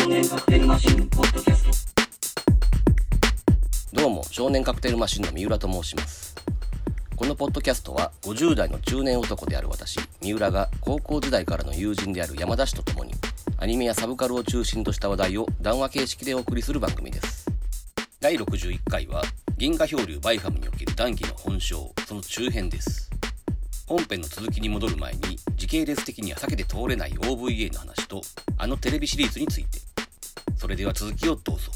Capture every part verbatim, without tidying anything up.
少年カクテルマシンポッドキャスト。 どうも少年カクテルマシンの三浦と申します。このポッドキャストはごじゅう代の中年男である私三浦が高校時代からの友人である山田氏と共にアニメやサブカルを中心とした話題を談話形式でお送りする番組です。だいろくじゅういっかいは銀河漂流バイファムにおける談義の本性、その中編です。本編の続きに戻る前に時系列的には避けて通れない オーブイエー の話とあのテレビシリーズについて。それでは続きをどうぞ。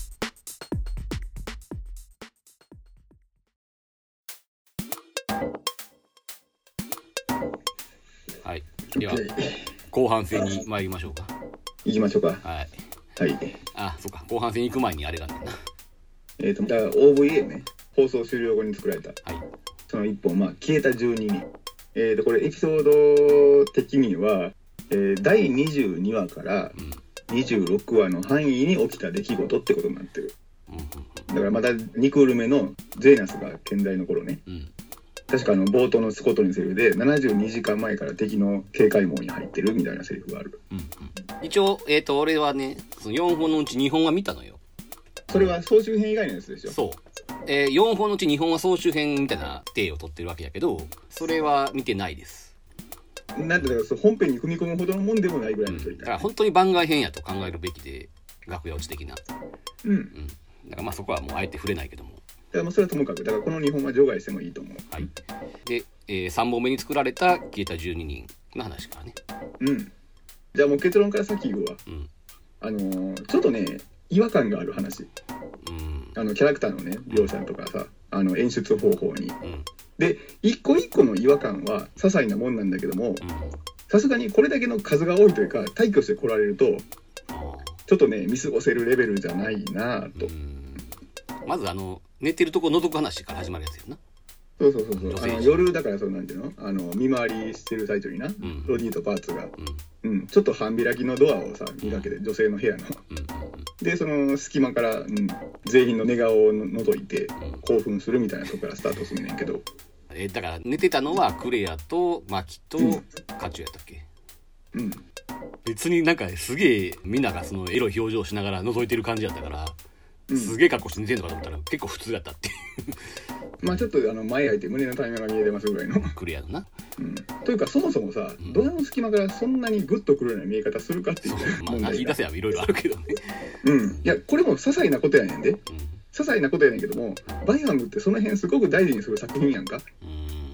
はい、では後半戦に参りましょうか。 行きましょうか。 はいはい。 あ、そうか、後半戦に行く前にあれがあんねんな。 えーと、だから オーブイエー ね、放送終了後に作られた、 はい、その一本、まあ、消えたじゅうににん。えーと、これエピソード的には、えー、だいにじゅうにわからにじゅうろくわの範囲に起きた出来事ってことになってる。 うんうんうん、 だからまたにクール目のゼーナスが健在の頃ね。うん、確かあの冒頭のスコットのセリフでななじゅうにじかんまえから敵の警戒網に入ってるみたいなセリフがある。 うんうん、一応、えーと、俺はね、そのよんほんのうちにほんは見たのよ。 それは総集編以外のやつでしょ。 そう。えー、よんほんのうちにほんは総集編みたいな体を取ってるわけやけど、それは見てないです。 なんていうか、本編に踏み込むほどのもんでもないぐらいの距離、 うん、だから本当に番外編やと考えるべきで、楽屋落ち的な。 うん。うん、 だからまあそこはもうあえて触れないけども。 だからもうそれはともかく、だからこのにほんは除外してもいいと思う。 はい。で、えー、さんぼんめに作られた消えたじゅうににんの話からね。 うん。じゃあもう結論から先言うわ。うん。あのー、ちょっとね、違和感がある話。うん。あのキャラクターのね、描写とかさ、あの演出方法に。うん。で、一個一個の違和感は些細なもんなんだけども、さすがにこれだけの数が多いというか、大挙して来られると、ちょっとね、見過ごせるレベルじゃないなと。 まずあの、寝てるとこ覗く話から始まるやつよな。 そうそうそうそう。あの夜だからそうなんていうの、あの見回りしてる最中にな、うん、ロディとパーツが、うんうん、ちょっと半開きのドアをさ見かけて、女性の部屋の、うん、でその隙間から、うん、全員の寝顔をの覗いて興奮するみたいなとこからスタートするねんけど、 えだから寝てたのはクレアとマキとカチュやったっけ。うん。別になんかすげえみんながそのエロい表情しながら覗いてる感じやったから、うん、すげえ格好して寝てんのかと思ったら結構普通だったっていうまあちょっとあの前開いて胸の谷間が見えてますぐらいのクリアのな、 うん、というかそもそもさ、うん、ドアの隙間からそんなにグッとくるような見え方するかっていうまあ言い出せはいろいろあるけどねうんいやこれも些細なことやねんで、うん、些細なことやねんけども、バイファムってその辺すごく大事にする作品やんか、うん、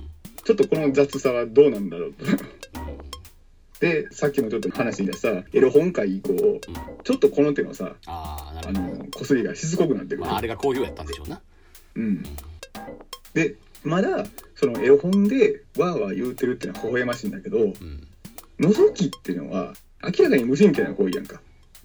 ちょっとこの雑さはどうなんだろうとでさっきもちょっと話に出したエロ本会以降、うん、ちょっとこの手のさああのこすりがしつこくなってくる、 まあ、あれが好評やったんでしょうな。 うん、うんでまだそのエロ本でわーわー言うてるっていうのは微笑ましいんだけど、うん、覗きっていうのは明らかに無神経な行為やんか、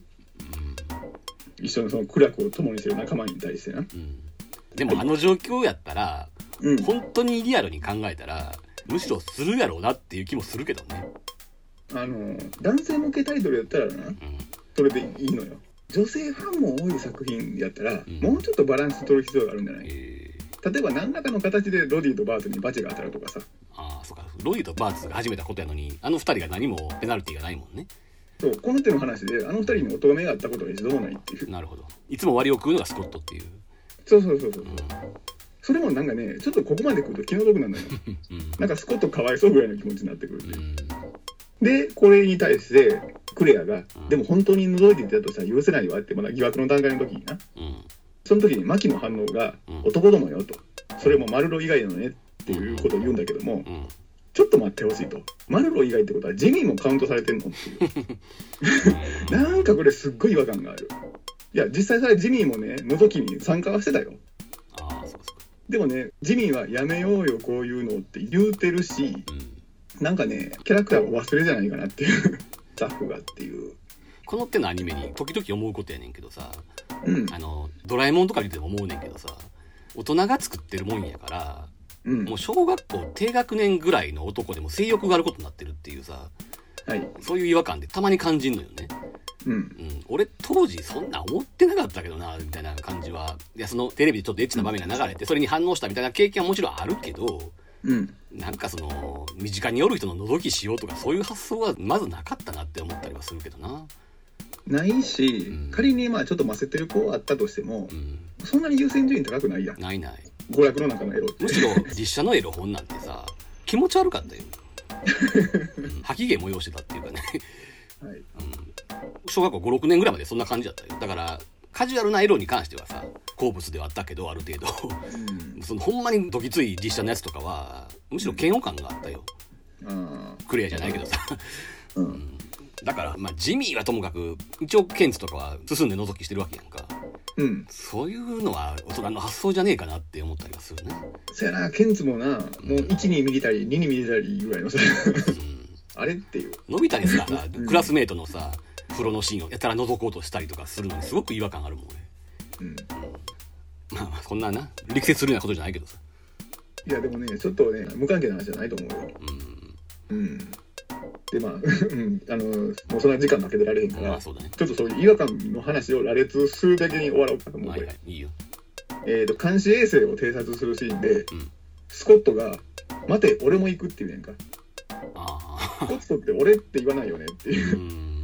うん、一緒のその苦楽を共にしてる仲間に対してな、うん、 でもあの状況やったら、うん、本当にリアルに考えたらむしろするやろうなっていう気もするけどね。 あの男性向けタイトルやったらな、うん、それでいいのよ。女性ファンも多い作品やったら、うん、もうちょっとバランス取る必要があるんじゃない、えー例えば何らかの形でロディとバーツにバチが当たるとかさ。 ああそうか、ロディとバーツが始めたことやのにあの二人が何もペナルティがないもんね。 そうこの手の話であの二人にお咎めがあったことが一度もないっていう。 なるほど。いつも割を食うのがスコットっていう。 そうそうそうそう、うん、それもなんかねちょっとここまで来ると気の毒なんだよ、うん、なんかスコットかわいそうぐらいの気持ちになってくるんで、うん、でこれに対してクレアが、うん、でも本当に覗いていたとしたら許せないわってまだ疑惑の段階の時にな、うんその時にマキの反応が、うん、男どもよと、それもマルロ以外のねっていうことを言うんだけども、うん、ちょっと待ってほしいと、マルロ以外ってことはジミーもカウントされてんのっていうなんかこれすっごい違和感がある。いや実際さジミーもね覗きに参加はしてたよ。あそうそうでもねジミーはやめようよこういうのって言うてるし、うん、なんかねキャラクターを忘れじゃないかなっていうスタッフがっていう。 この手のアニメに時々思うことやねんけどさ、うん、あのドラえもんとか見ても思うねんけどさ、大人が作ってるもんやから、うん、もう小学校低学年ぐらいの男でも性欲があることになってるっていうさ、はい、そういう違和感でたまに感じんのよね、うんうん、俺当時そんな思ってなかったけどなみたいな感じは。いやそのテレビでちょっとエッチな場面が流れてそれに反応したみたいな経験はもちろんあるけど、うん、なんかその身近におる人の覗きしようとかそういう発想はまずなかったなって思ったりはするけどな。 ないし、 うん、 仮にまあちょっとませてる子はあったとしても、うん、そんなに優先順位高くないやん。 ないない。 娯楽の中のエロって。 むしろ実写のエロ本なんてさ気持ち悪かったよ、うん、吐き気催してたっていうかね、はい、うん、小学校ごろくねんぐらいまでそんな感じだったよ。だからカジュアルなエロに関してはさ好物ではあったけど、ある程度、うん、そのほんまにどぎつい実写のやつとかはむしろ嫌悪感があったよ、うん、クレアじゃないけどさ、うんうん、だからまあジミーはともかく一応ケンツとかは進んで覗きしてるわけやんか、うん、そういうのは大人の発想じゃねえかなって思ったりはするね。 そやな、ケンツもな、もういちにミリタリーににミリタリーぐらいのさ、うん、あれっていうのび太にさ、うん、クラスメートのさ風呂のシーンをやたら覗こうとしたりとかするのにすごく違和感あるもん俺、うんうん、まあまあそんなな力説するようなことじゃないけどさ。 いやでもねちょっとね無関係な話じゃないと思うよ、うん、うん、でまあ、うん、あのもうそんな時間負けてられへんから、まあそうだね、ちょっとそういう違和感の話を羅列するだけに終わろうかと思う。はいはい、いいよ。えーと監視衛星を偵察するシーンで、うん、スコットが待て俺も行くって言うねんか。あスコットって俺って言わないよねっていう、うん、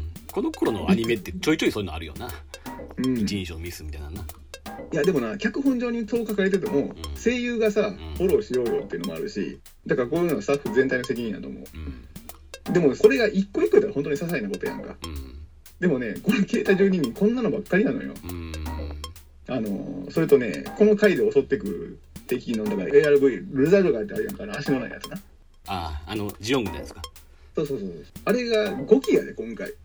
この頃のアニメってちょいちょいそういうのあるよな、うん、一人称ミスみたいなな。 いやでもな脚本上にそう書かれてても、うん、声優がさ、うん、フォローしようよっていうのもあるし、だからこういうのはスタッフ全体の責任やと思う、うん、でもこれが一個一個やったら本当に些細なことやんか、うん、でもねこの携帯じゅうににんこんなのばっかりなのよ、うん、あのそれとねこの回で襲ってくる敵のだから エーアールブイ ルザルガーってあるやんか、足のないやつな。 ああ、あのジオングのやつか。そうそうそう、あれがごきやで今回、うん、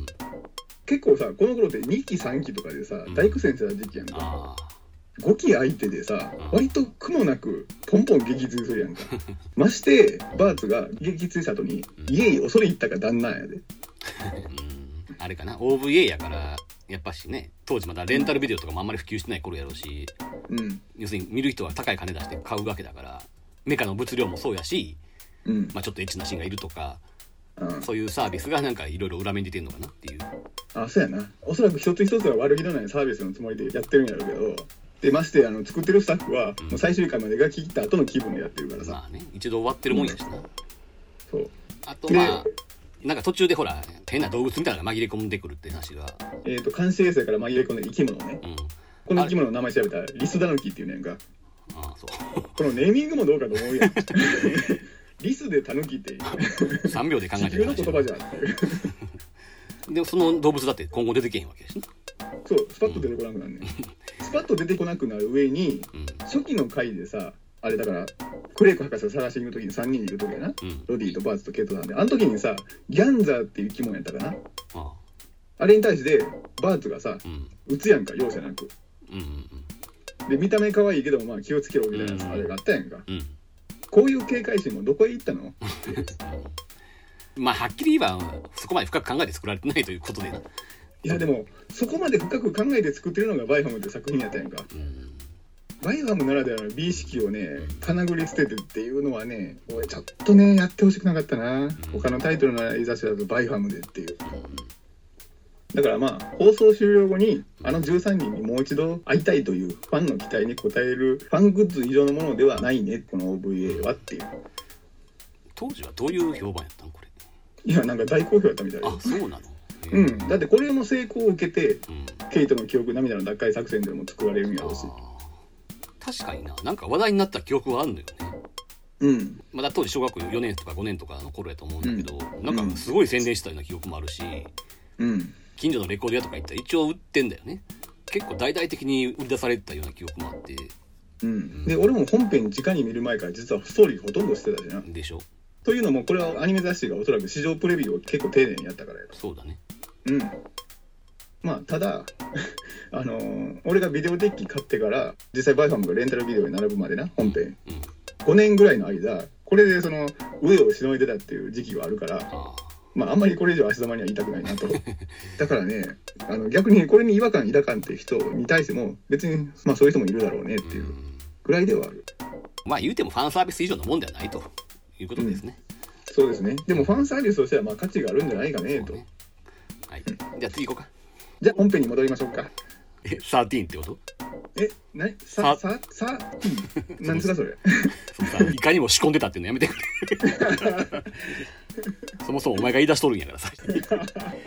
結構さこの頃ってにきさんきとかでさ、うん、大苦戦してた時期やんか。ごき相手でさ、うん、割と苦もなくポンポン撃墜するやんかましてバーツが撃墜した後に、うん、家に恐れ入ったか旦那やで、うん、 あれかな オーブイエー やからやっぱしね、当時まだレンタルビデオとかもあんまり普及してない頃やろうし、うん、要するに見る人は高い金出して買うわけだから、メカの物量もそうやし、うん、まあ、ちょっとエッチなシーンがいるとか、うん、そういうサービスがなんかいろいろ裏目に出てんのかなっていう。 あ、そうやな。おそらく一つ一つは悪気のないサービスのつもりでやってるんやろうけど、でましてあの作ってるスタッフは、うん、もう最終回まで描き切った後の気分でやってるからさ。 まあね、一度終わってるもんやしな、うん、 そう。 あとまあなんか途中でほら変な動物みたいなのが紛れ込んでくるって話が、 えーと監視衛星から紛れ込んで生き物ね、うん、この生き物の名前調べたらリスダヌキっていうねんか。ああそうこのネーミングもどうかと思うやんリスでタヌキってさんびょうで考えてる地球の言葉じゃんっていうでもその動物だって今後出てけへんわけですね。 そうスパッと出てこなくなるね、うん、スパッと出てこなくなる上に、うん、初期の回でさあれだからクレイク博士を探しに行く時にさんにんいる時やな、うん、ロディとバーツとケイトさんで、あの時にさギャンザーっていう生き物やったかな、あ, あ, あれに対してバーツがさ、うん、撃つやんか容赦なく、うんうんうん、で見た目可愛いけどまあ気をつけろみたいな、うん、あれがあったやんか、うん、こういう警戒心もどこへ行ったのまあはっきり言えばそこまで深く考えて作られてないということでな。 いやでもそこまで深く考えて作ってるのがバイファムって作品やったやんか、うん、バイファムならではの美意識をねかなぐり捨ててっていうのはね俺ちょっとねやってほしくなかったな、うん、他のタイトルのいざしだとバイファムでっていう、うん、だからまあ放送終了後にあのじゅうさんにんにもう一度会いたいというファンの期待に応えるファングッズ以上のものではないねこの オーブイエー はっていう。 当時はどういう評判やったのこれ。 いやなんか大好評やったみたいです。 あ、そうなの。 うん、だってこれの成功を受けて、うん、ケイトの記憶涙の奪回作戦でも作られるんやろうし。 確かにな、なんか話題になった記憶はあるんだよね。うん、まだ当時小学校よねんとかごねんとかの頃やと思うんだけど、うん、なんかすごい宣伝したような記憶もあるし、うん、近所のレコード屋とか行ったら一応売ってんだよね。結構大々的に売り出されたような記憶もあって、 うんうん、で俺も本編直に見る前から実はストーリーほとんどしてたじゃん。 でしょ。というのもこれはアニメ雑誌がおそらく市場プレビューを結構丁寧にやったからや。 そうだね。 うん、まあただあのー、俺がビデオデッキ買ってから実際バイファムがレンタルビデオに並ぶまでな本編、うんうん、ごねんぐらいの間これでその上をしのいでたっていう時期があるから、あまああんまりこれ以上足玉には言いたくないなとだからねあの逆にこれに違和感抱かんって人に対しても別にまあそういう人もいるだろうねっていうぐらいではある。 まあ言うてもファンサービス以上のもんではないということですね、 うん、そうですね。でもファンサービスとしてはまあ価値があるんじゃないかねと、ね、 はい、じゃあ次行こうか。 じゃあ本編に戻りましょうか。 え、サーティーンってこと？ え、なに？さ、さ、さ、何ですかそれ？ そさいかにも仕込んでたっていうのやめてくれ。そもそもお前が言い出しとるんやからさ。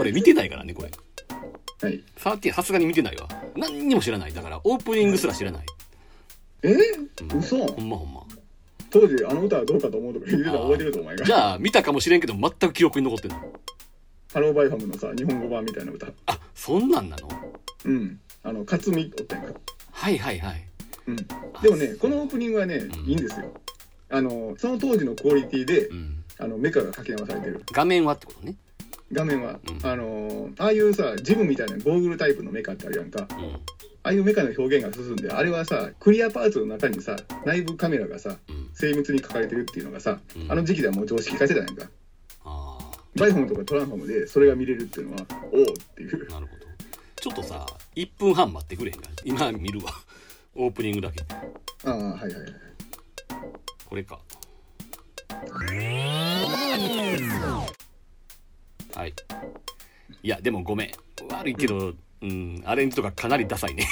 俺見てないからねこれ。 はい。 サーティーンさすがに見てないわ。何にも知らない。だからオープニングすら知らない。 えー、 うん、 嘘。 ほんまほんま。 当時あの歌はどうかと思うとか言うてたら覚えてるとお前が。 じゃあ見たかもしれんけど全く記憶に残ってない。 ハローバイファムのさ日本語版みたいな歌。 あ、そんなんなの？ うん。あの勝美おったんか。 はいはいはい。 うん。でもねこのオープニングはね、うん、いいんですよ。あのその当時のクオリティで、うん、あのメカが書き直されてる。 画面はってことね。 画面は、うん、あのああいうさジムみたいなゴーグルタイプのメカってあるやんか。うん、ああいうメカの表現が進んで、あれはさクリアパーツの中にさ内部カメラがさ、うん、精密に書かれてるっていうのがさ、うん、あの時期ではもう常識化してたやんか。あバイフォムとかトランフォームでそれが見れるっていうのはおおっていう。 なるほど。ちょっとさいっぷんはん待ってくれへんか。今見るわオープニングだけ。 ああはいはいはい。 これか。はい。いやでもごめん悪いけど、うんうん、アレンジとかかなりダサいね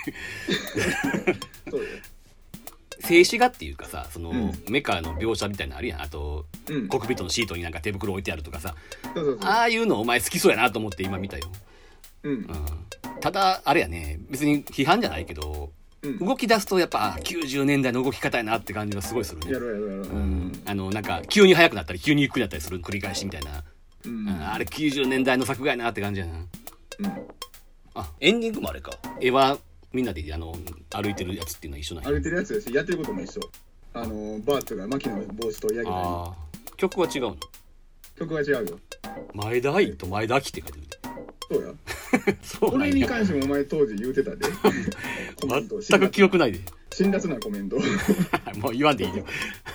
そうよ。 静止画っていうかさその、うん、メカの描写みたいなのあるやん。あと、うん、コックピットのシートになんか手袋置いてあるとかさ、そうそうそう、ああいうのお前好きそうやなと思って今見たよ、うんうん、ただあれやね別に批判じゃないけど、うん、動き出すとやっぱきゅうじゅうねんだいの動き方やなって感じがすごいするね。 やろうやろうやろう、うん、 あのなんか急に速くなったり急にゆっくりなったりする繰り返しみたいな、うんうん、あれきゅうじゅうねんだいの作画やなって感じやな、うん、あエンディングもあれか。絵はみんなであの歩いてるやつっていうのは一緒なんや。 歩いてるやつですしやってることも一緒。あのバーットが牧野帽子とヤギが。 あ曲は違うの？ 曲は違うよ。 前田愛と前田明って書いてる。 そうやそうこれに関してもお前当時言うてたでコメント全く記憶ないで辛辣なコメントもう言わんでいいよ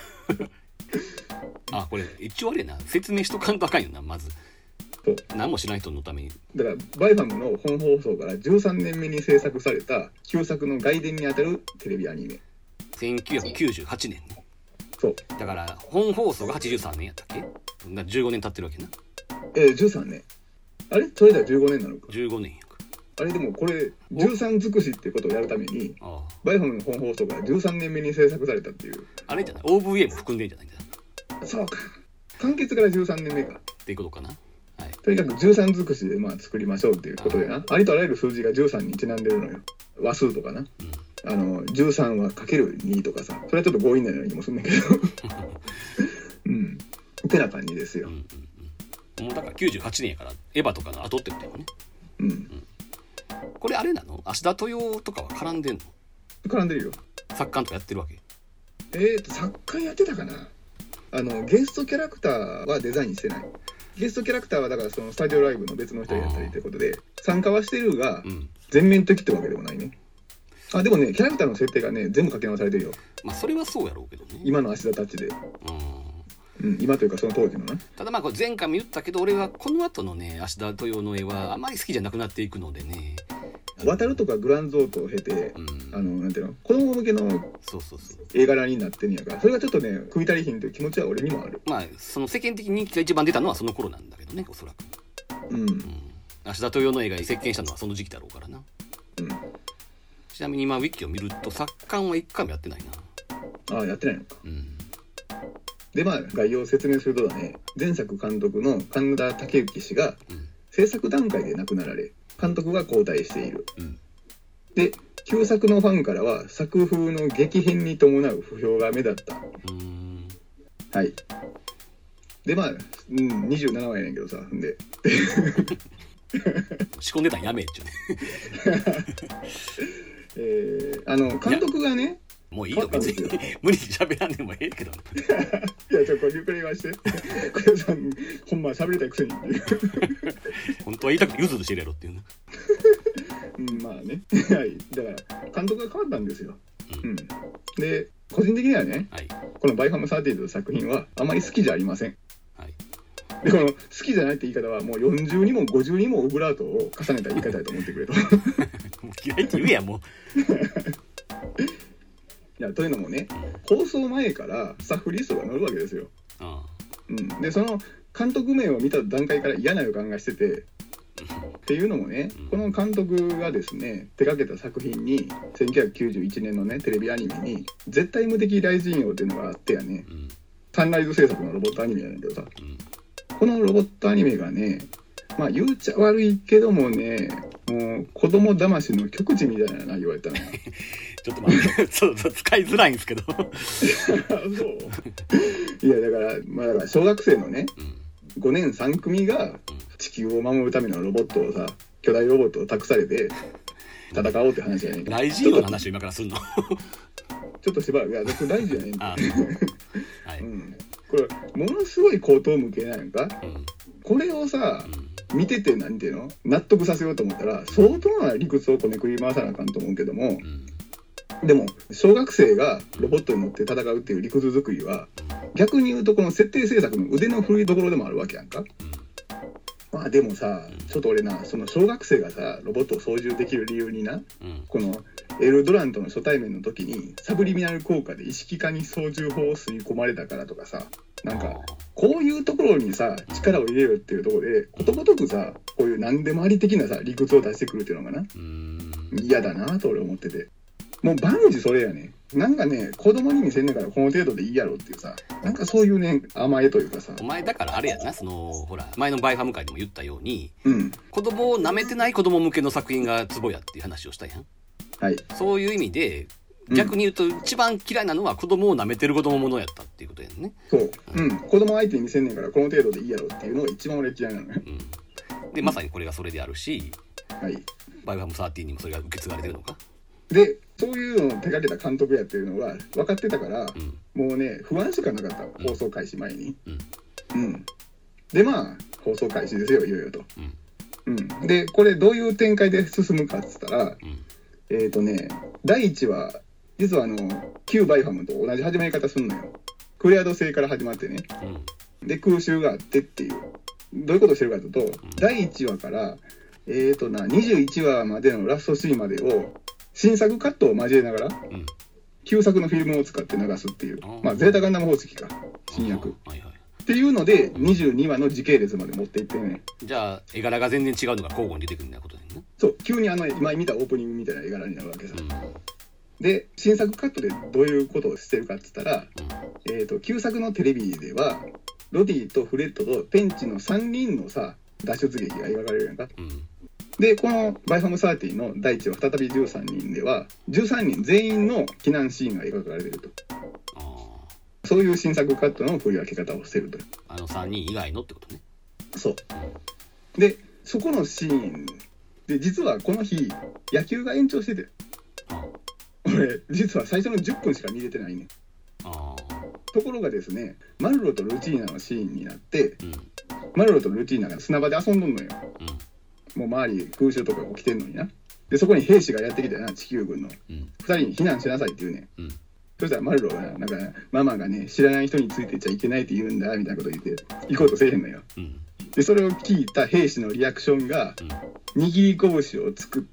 あこれ一応あれやな説明しとかんとあかんよなまず。そう何も知らない人のために。だからバイファムの本放送からじゅうさんねんめに制作された旧作の外伝にあたるテレビアニメ。 せんきゅうひゃくきゅうじゅうはちねんね。 そうだから本放送がはちじゅうさんねんやったっけ。だじゅうごねん経ってるわけな。 えー、じゅうさんねん。あれそれではじゅうごねんなのか。 じゅうごねんやか。 あれでもこれじゅうさん尽くしっていうことをやるためにバイファムの本放送がじゅうさんねんめに制作されたっていう。 あれじゃない オーブイエー も含んでんじゃないんだ。 そうか完結からじゅうさんねんめかっていうことかな。はい、 とにかくじゅうさん尽くしでまあ作りましょうっていうことでな。ありとあらゆる数字がじゅうさんにちなんでるのよ。話数とかな、うん、あのじゅうさんはかけるにとかさそれはちょっと強引なような気もするんだけどうんてな感じですよ、うんうんうん、もうだからきゅうじゅうはちねんやからエヴァとかの後ってことよね。うん、うん、これあれなの芦田豊とかは絡んでんの？ 絡んでるよ。 作家とかやってるわけ？ えーと作家やってたかな。あのゲストキャラクターはデザインしてない。ゲストキャラクターはだからそのスタジオライブの別の人やったりってことで参加はしてるが、うん、全面的ってわけでもないね。あでもねキャラクターの設定がね全部書き直されてるよ。 まあそれはそうやろうけどね今の芦田タッチで、うん、今というかその当時のね。 ただまあこれ前回も言ったけど俺はこの後のね芦田豊の絵はあまり好きじゃなくなっていくのでね。 渡るとかグランゾートを経て、うん、あのなんていうの子供向けの絵柄になってんやからそれがちょっとね食い足りひんという気持ちは俺にもある。 まあその世間的に人気が一番出たのはその頃なんだけどねおそらく。うん、うん、芦田豊の絵が席巻したのはその時期だろうからな、うん、ちなみに今ウィキを見ると作家は一回もやってないな。ああやってないのか、うん、でまあ概要を説明するとだね前作監督の神田武之氏が、うん、制作段階で亡くなられ監督が交代している、うん、で旧作のファンからは作風の激変に伴う不評が目立った。うーんはいでまあ、うん、にじゅうななわやねんけどさんで仕込んでたんやめっちゅうねえー、あの監督がねもういいよ別に無理に喋らんでもええけどいやちょこれゆっくり言わしてこれさんほんま喋りたいくせに本当は言いたくてゆずずしてるやろっていうねうんまあねはいだから監督が変わったんですよ、うんうん、で個人的にはね、はい、このバイファムサーティーズの作品はあまり好きじゃありません、はい、でこの好きじゃないって言い方はもうよんじゅうにもごじゅうにもオブラートを重ねた言い方だと思ってくれともう嫌いって言うやんもういやというのもね放送前からスタッフリストが載るわけですよ、ああうん、でその監督名を見た段階から嫌な予感がしててっていうのもね、この監督がですね手掛けた作品にせんきゅうひゃくきゅうじゅういちねんのねテレビアニメに絶対無敵大臣王っていうのがあってやね、うん、サンライズ制作のロボットアニメやねんけどさ、うん、このロボットアニメがねまあ言うちゃ悪いけどもね、もう子供騙しの極致みたいなな言われたのちょっと待ってそうそう使いづらいんですけどそういやだからまあだから小学生のね、うん、ごねんさん組が地球を守るためのロボットをさ、巨大ロボットを託されて戦おうって話じゃねえか。 大事の話を今からするのちょっとしばらく、いや僕大事じゃねえんだはい、うん、 これものすごい口頭無形なんやんか、うん、これをさ、うん、見ててなんていうの納得させようと思ったら相当な理屈をこねくり回さなあかんと思うけども、うん、でも小学生がロボットに乗って戦うっていう理屈作りは逆に言うとこの設定制作の腕の振りどころでもあるわけやんか、うん、まあでもさちょっと俺なその小学生がさロボットを操縦できる理由にな、うん、このエルドランとの初対面の時にサブリミナル効果で意識化に操縦法を吸い込まれたからとかさ、なんかこういうところにさ力を入れるっていうところでことごとくさこういう何でもあり的なさ理屈を出してくるっていうのがな嫌だなと俺思ってて、もう万事それやね。なんかね子供に見せんねんからこの程度でいいやろっていうさ、なんかそういうね甘えというかさ、 お前だからあれやな、そのほら前のバイファム会でも言ったように、 うん、 子供を舐めてない子供向けの作品がツボやっていう話をしたやん。 はい、 そういう意味で逆に言うと一番嫌いなのは子供を舐めてる子供ものやったっていうことやね。 そう、うん、子供相手に見せんねんからこの程度でいいやろっていうのが一番俺嫌いなのよ、 うん、でまさにこれがそれであるし、 はい、 バイファムサーティーンにもそれが受け継がれてるのかで、そういうのを手掛けた監督やっていうのが分かってたから、うん、もうね不安しかなかった、うん、放送開始前に、うんうん、でまあ放送開始ですよいよいよと、うんうん、でこれどういう展開で進むかっつったら、うん、えーとねだいいちわ実はあの旧バイファムと同じ始まり方すんのよ。クレアド星から始まってね、うん、で空襲があってっていうどういうことをしてるかというと、うん、だいいちわからえーとなにじゅういちわまでのラストシーンまでを新作カットを交えながら、うん、旧作のフィルムを使って流すっていう、まあゼータガンダム方式か新訳、はいはい、っていうのでにじゅうにわの時系列まで持っていってね。 じゃあ絵柄が全然違うのが交互に出てくるみたいなことだよね。 そう急にあの今見たオープニングみたいな絵柄になるわけさ、うん、で新作カットでどういうことをしてるかって言ったら、うん、えーと旧作のテレビではロディとフレッドとペンチのさんにんのさ脱出劇が描かれるやんか、うん、でこのバイファムサーティのだいいちわ再びじゅうさんにんではじゅうさんにん全員の避難シーンが描かれてると。あそういう新作カットの振り分け方をしてると。 あのさんにん以外のってことね。 そう、うん、でそこのシーンで実はこの日野球が延長してて、あ俺実は最初のじゅっぷんしか見れてないね。あところがですねマルロとルチーナのシーンになって、うん、マルロとルチーナが砂場で遊んどんのよ、うん、もう周り空襲とか起きてんのにな。でそこに兵士がやってきたよな地球軍の、うん、ふたりに避難しなさいって言うね、うん、そしたらマルロがなんかママがね知らない人についてちゃいけないって言うんだみたいなこと言って行こうとせえへんのよ、うん、でそれを聞いた兵士のリアクションが、うん、握り拳を作って、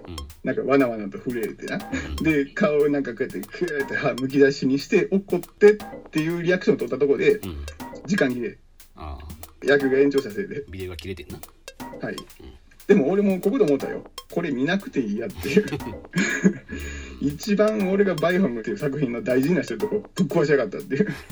うん、なんかわなわなと震えてな、うん、で顔をなんかこうやってクーって歯むき出しにして怒ってっていうリアクションを取ったところで、うん、時間切れ。あ野球が延長したせいでビデオが切れてんな。 はい、うん、でも俺もここで思ったよ、これ見なくていいやっていう一番俺がバイファムっていう作品の大事な人とこぶっ壊しやがったっていうだ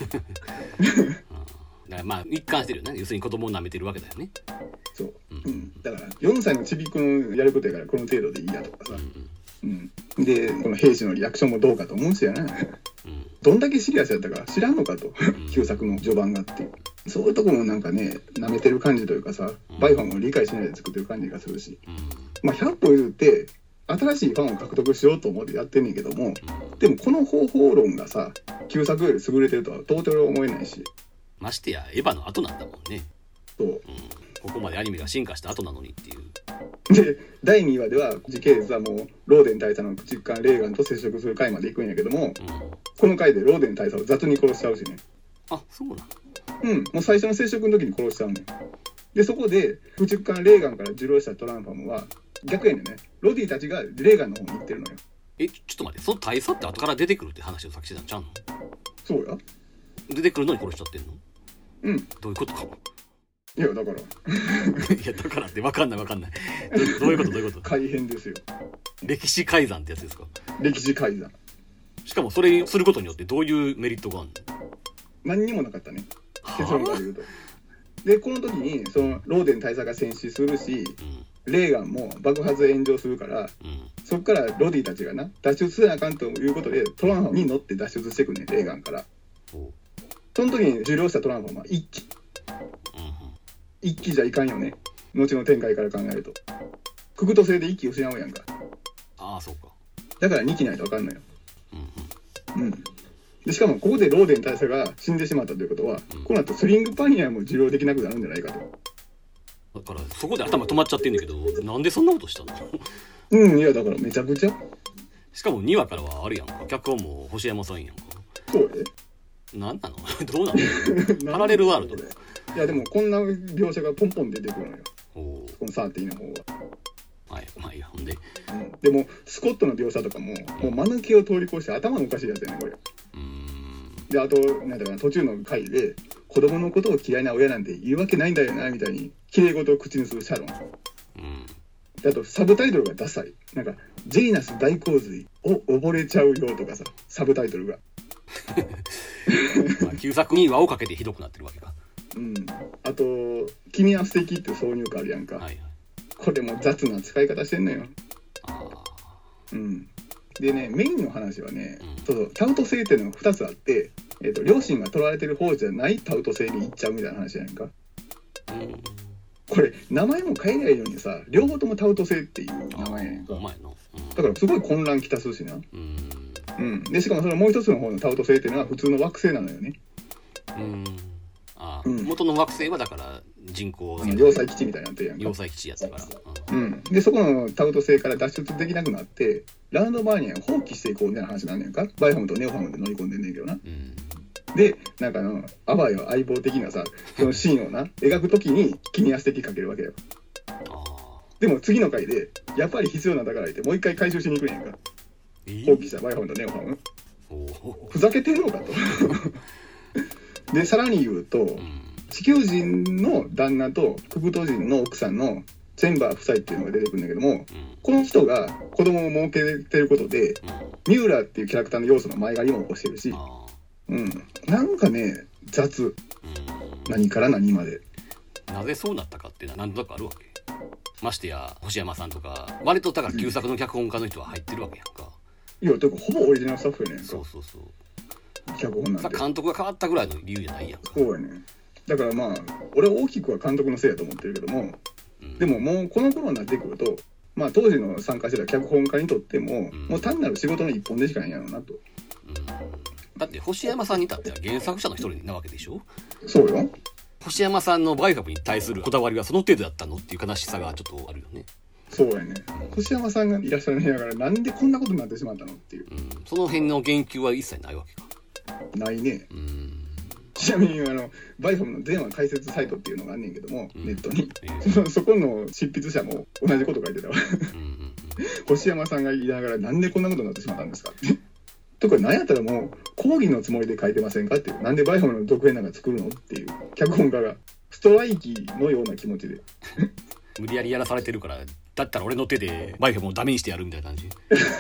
からまあ一貫してるよね。要するに子供を舐めてるわけだよね。 そう、うんうん、だからよんさいのちびっこのやることやからこの程度でいいやとかさ、うんうん、でこの兵士のリアクションもどうかと思うしやな、うん、どんだけシリアスやったか知らんのかと、うん、旧作の序盤がっていうそういうところもなんかね舐めてる感じというかさ、うん、バイファムを理解しないで作ってる感じがするし、うん、まあひゃっぽ言うて新しいファンを獲得しようと思ってやってんねんけども、うん、でもこの方法論がさ旧作より優れてるとは到底思えないし、 ましてやエヴァの後なんだもんね。 そう、うん、 ここまでアニメが進化した後なのにっていう。 でだいにわでは時系列はもうローデン大佐の駆逐艦レーガンと接触する回まで行くんやけども、うん、この回でローデン大佐を雑に殺しちゃうしね。 あ、そうなの。 うん、もう最初の接触の時に殺しちゃうねん。でそこで駆逐艦レーガンから受領したトランファムは逆やねんね。ロディたちがレーガンの方に行ってるのよ。 え、ちょっと待って、その大佐って後から出てくるって話をさっきしてたんちゃうの？ そうや。 出てくるのに殺しちゃってんの？ うん。 どういうことか。 いやだからいやだからって分かんない分かんないど, どういうことどういうこと改変ですよ。 歴史改ざんってやつですか？ 歴史改ざん。 しかもそれすることによってどういうメリットがあるの？ 何にもなかったね。結論から言うとでこの時にそのローデン大佐が戦死するし、うん、レーガンも爆発で炎上するから、うん、そこからロディたちがな脱出せなあかんということでトランファーに乗って脱出していくね、レーガンから。その時に受領したトランファーは一機、うん、一機じゃいかんよね、後の展開から考えると。ククト星で一機失うやんか。 ああそうか。 だからに機ないとあかんのよ。うん、うん、でしかもここでローデン大佐が死んでしまったということは、うん、この後スリングパニアも受領できなくなるんじゃないかと。 だからそこで頭止まっちゃってんだけど、なんでそんなことしたの？ うん、いやだからめちゃくちゃ。 しかもにわからはあるやんか、脚本も星山さんやんか。 そうでなんなのどうなのパラレルワールドで。 いやでもこんな描写がポンポン出てくるのよ、このサーティーの方は。 はい、まあいいや、ほんで、 うん、でもスコットの描写とかももう間抜けを通り越して頭のおかしいやつやねこれ。うーんであとなんだかな、途中の回で子供のことを嫌いな親なんて言うわけないんだよなみたいに綺麗事を口にするシャロン。うんであとサブタイトルがダサい、なんかジェイナス大洪水を溺れちゃうよとかさ、サブタイトルがまあ旧作に輪をかけてひどくなってるわけか。 うんあと君は素敵っていう挿入歌あるやんか、はいはい、これも雑な使い方してんのよ。あうんでね、メインの話はね、うん、そうそうタウト星っていうのがふたつあって、えーと、両親が取られてる方じゃないタウト星に行っちゃうみたいな話じゃないか。うんこれ名前も変えないようにさ、両方ともタウト星っていう名前やねんか。お前の、うん、だからすごい混乱きたすしな。うん、うん、でしかもそのもう一つの方のタウト星っていうのは普通の惑星なのよね。うんあ、うん、元の惑星はだから人工要塞基地みたいになってるやんか。 要塞基地やったから、 うん、うん、でそこのタウト星から脱出できなくなってラウンドバーニアを放棄していこうみたいな話なんねんか。バイファムとネオファムで乗り込んでんねんけどな、うんでなんかのアバイは相棒的なさそのシーンをな描くときに君は素敵かけるわけよ。あでも次の回でやっぱり必要なんだから言ってもう一回回収しに行くねんか、えー、放棄したバイファムとネオファムふざけてんのかとでさらに言うと、うん、地球人の旦那とククト人の奥さんのチェンバー夫妻っていうのが出てくるんだけども、うん、この人が子供を設けてることで、うん、ミューラーっていうキャラクターの要素の前借りも起こしてるし、うん、なんかね雑、うん、何から何までなぜそうなったかっていうのは何となくあるわけ。ましてや星山さんとか割とだから旧作の脚本家の人は入ってるわけやんか、 うん、いやだからほぼオリジナルスタッフやねんか。 そうそうそう脚本なんで監督が変わったぐらいの理由じゃないやんか。 そうやね。だからまあ俺は大きくは監督のせいやと思ってるけども、うん、でももうこの頃になってくるとまあ当時の参加してた脚本家にとっても、うん、もう単なる仕事の一本でしかないんやろうなと、うんだって星山さんに至っては原作者の一人なわけでしょ。 そうよ。 星山さんのバイファムに対するこだわりはその程度だったのっていう悲しさがちょっとあるよね。 そうやね、うん、星山さんがいらっしゃるながらなんでこんなことになってしまったのっていう、うん、 その辺の言及は一切ないわけか。 ないね。うんちなみにあのバイファムの電話解説サイトっていうのがあんねんけども、うん、ネットに、えー、そ, そこの執筆者も同じこと書いてたわうんうん、うん、星山さんが言いながらなんでこんなことになってしまったんですかってとか何やったらもう講義のつもりで書いてませんかっていう、なんでバイファムの続編なんか作るのっていう脚本家がストライキのような気持ちで無理やりやらされてるからだったら俺の手でバイファムをダメにしてやるみたいな感じ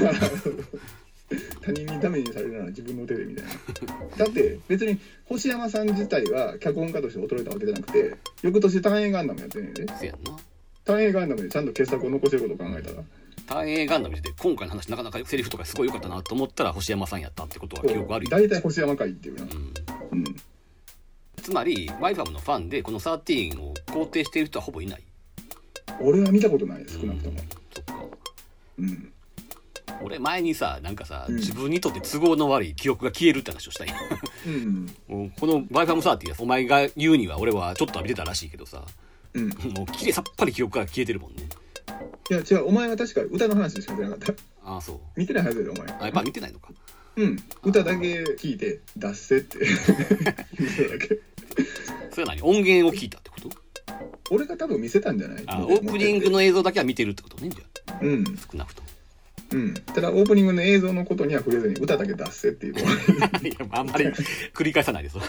他人にダメにされるなら自分の手でみたいなだって別に星山さん自体は脚本家として衰えたわけじゃなくて翌年単影ガンダムやってんねんで。 せやんな。 単影ガンダムでちゃんと傑作を残せることを考えたら単影ガンダムで今回の話なかなかセリフとかすごい良かったなと思ったら星山さんやったってことは記憶あるよ。 大体星山会っていうな、うんうん、 つまりバイファムのファンでこのじゅうさんを肯定している人はほぼいない。 俺は見たことない少なくとも、うん、そっか、 うん、俺前にさなんかさ、うん、自分にとって都合の悪い記憶が消えるって話をしたんや、うん、もうこのバイファムじゅうさんお前が言うには俺はちょっとは見てたらしいけどさ、うん、もうきれいさっぱり記憶が消えてるもんね。 いや違う、お前は確か歌の話でしか見てなかった。ああそう。見てないはずだよお前。 あやっぱ見てないのか。 うん。歌だけ聞いて出せって言ってただけ。 それは何？音源を聞いたってこと？ 俺が多分見せたんじゃない？ あオープニングの映像だけは見てるってことねじゃあ。うん。少なくとも。 うん。ただオープニングの映像のことには触れずに歌だけ出せっていう。いやあんまり繰り返さないです。はい。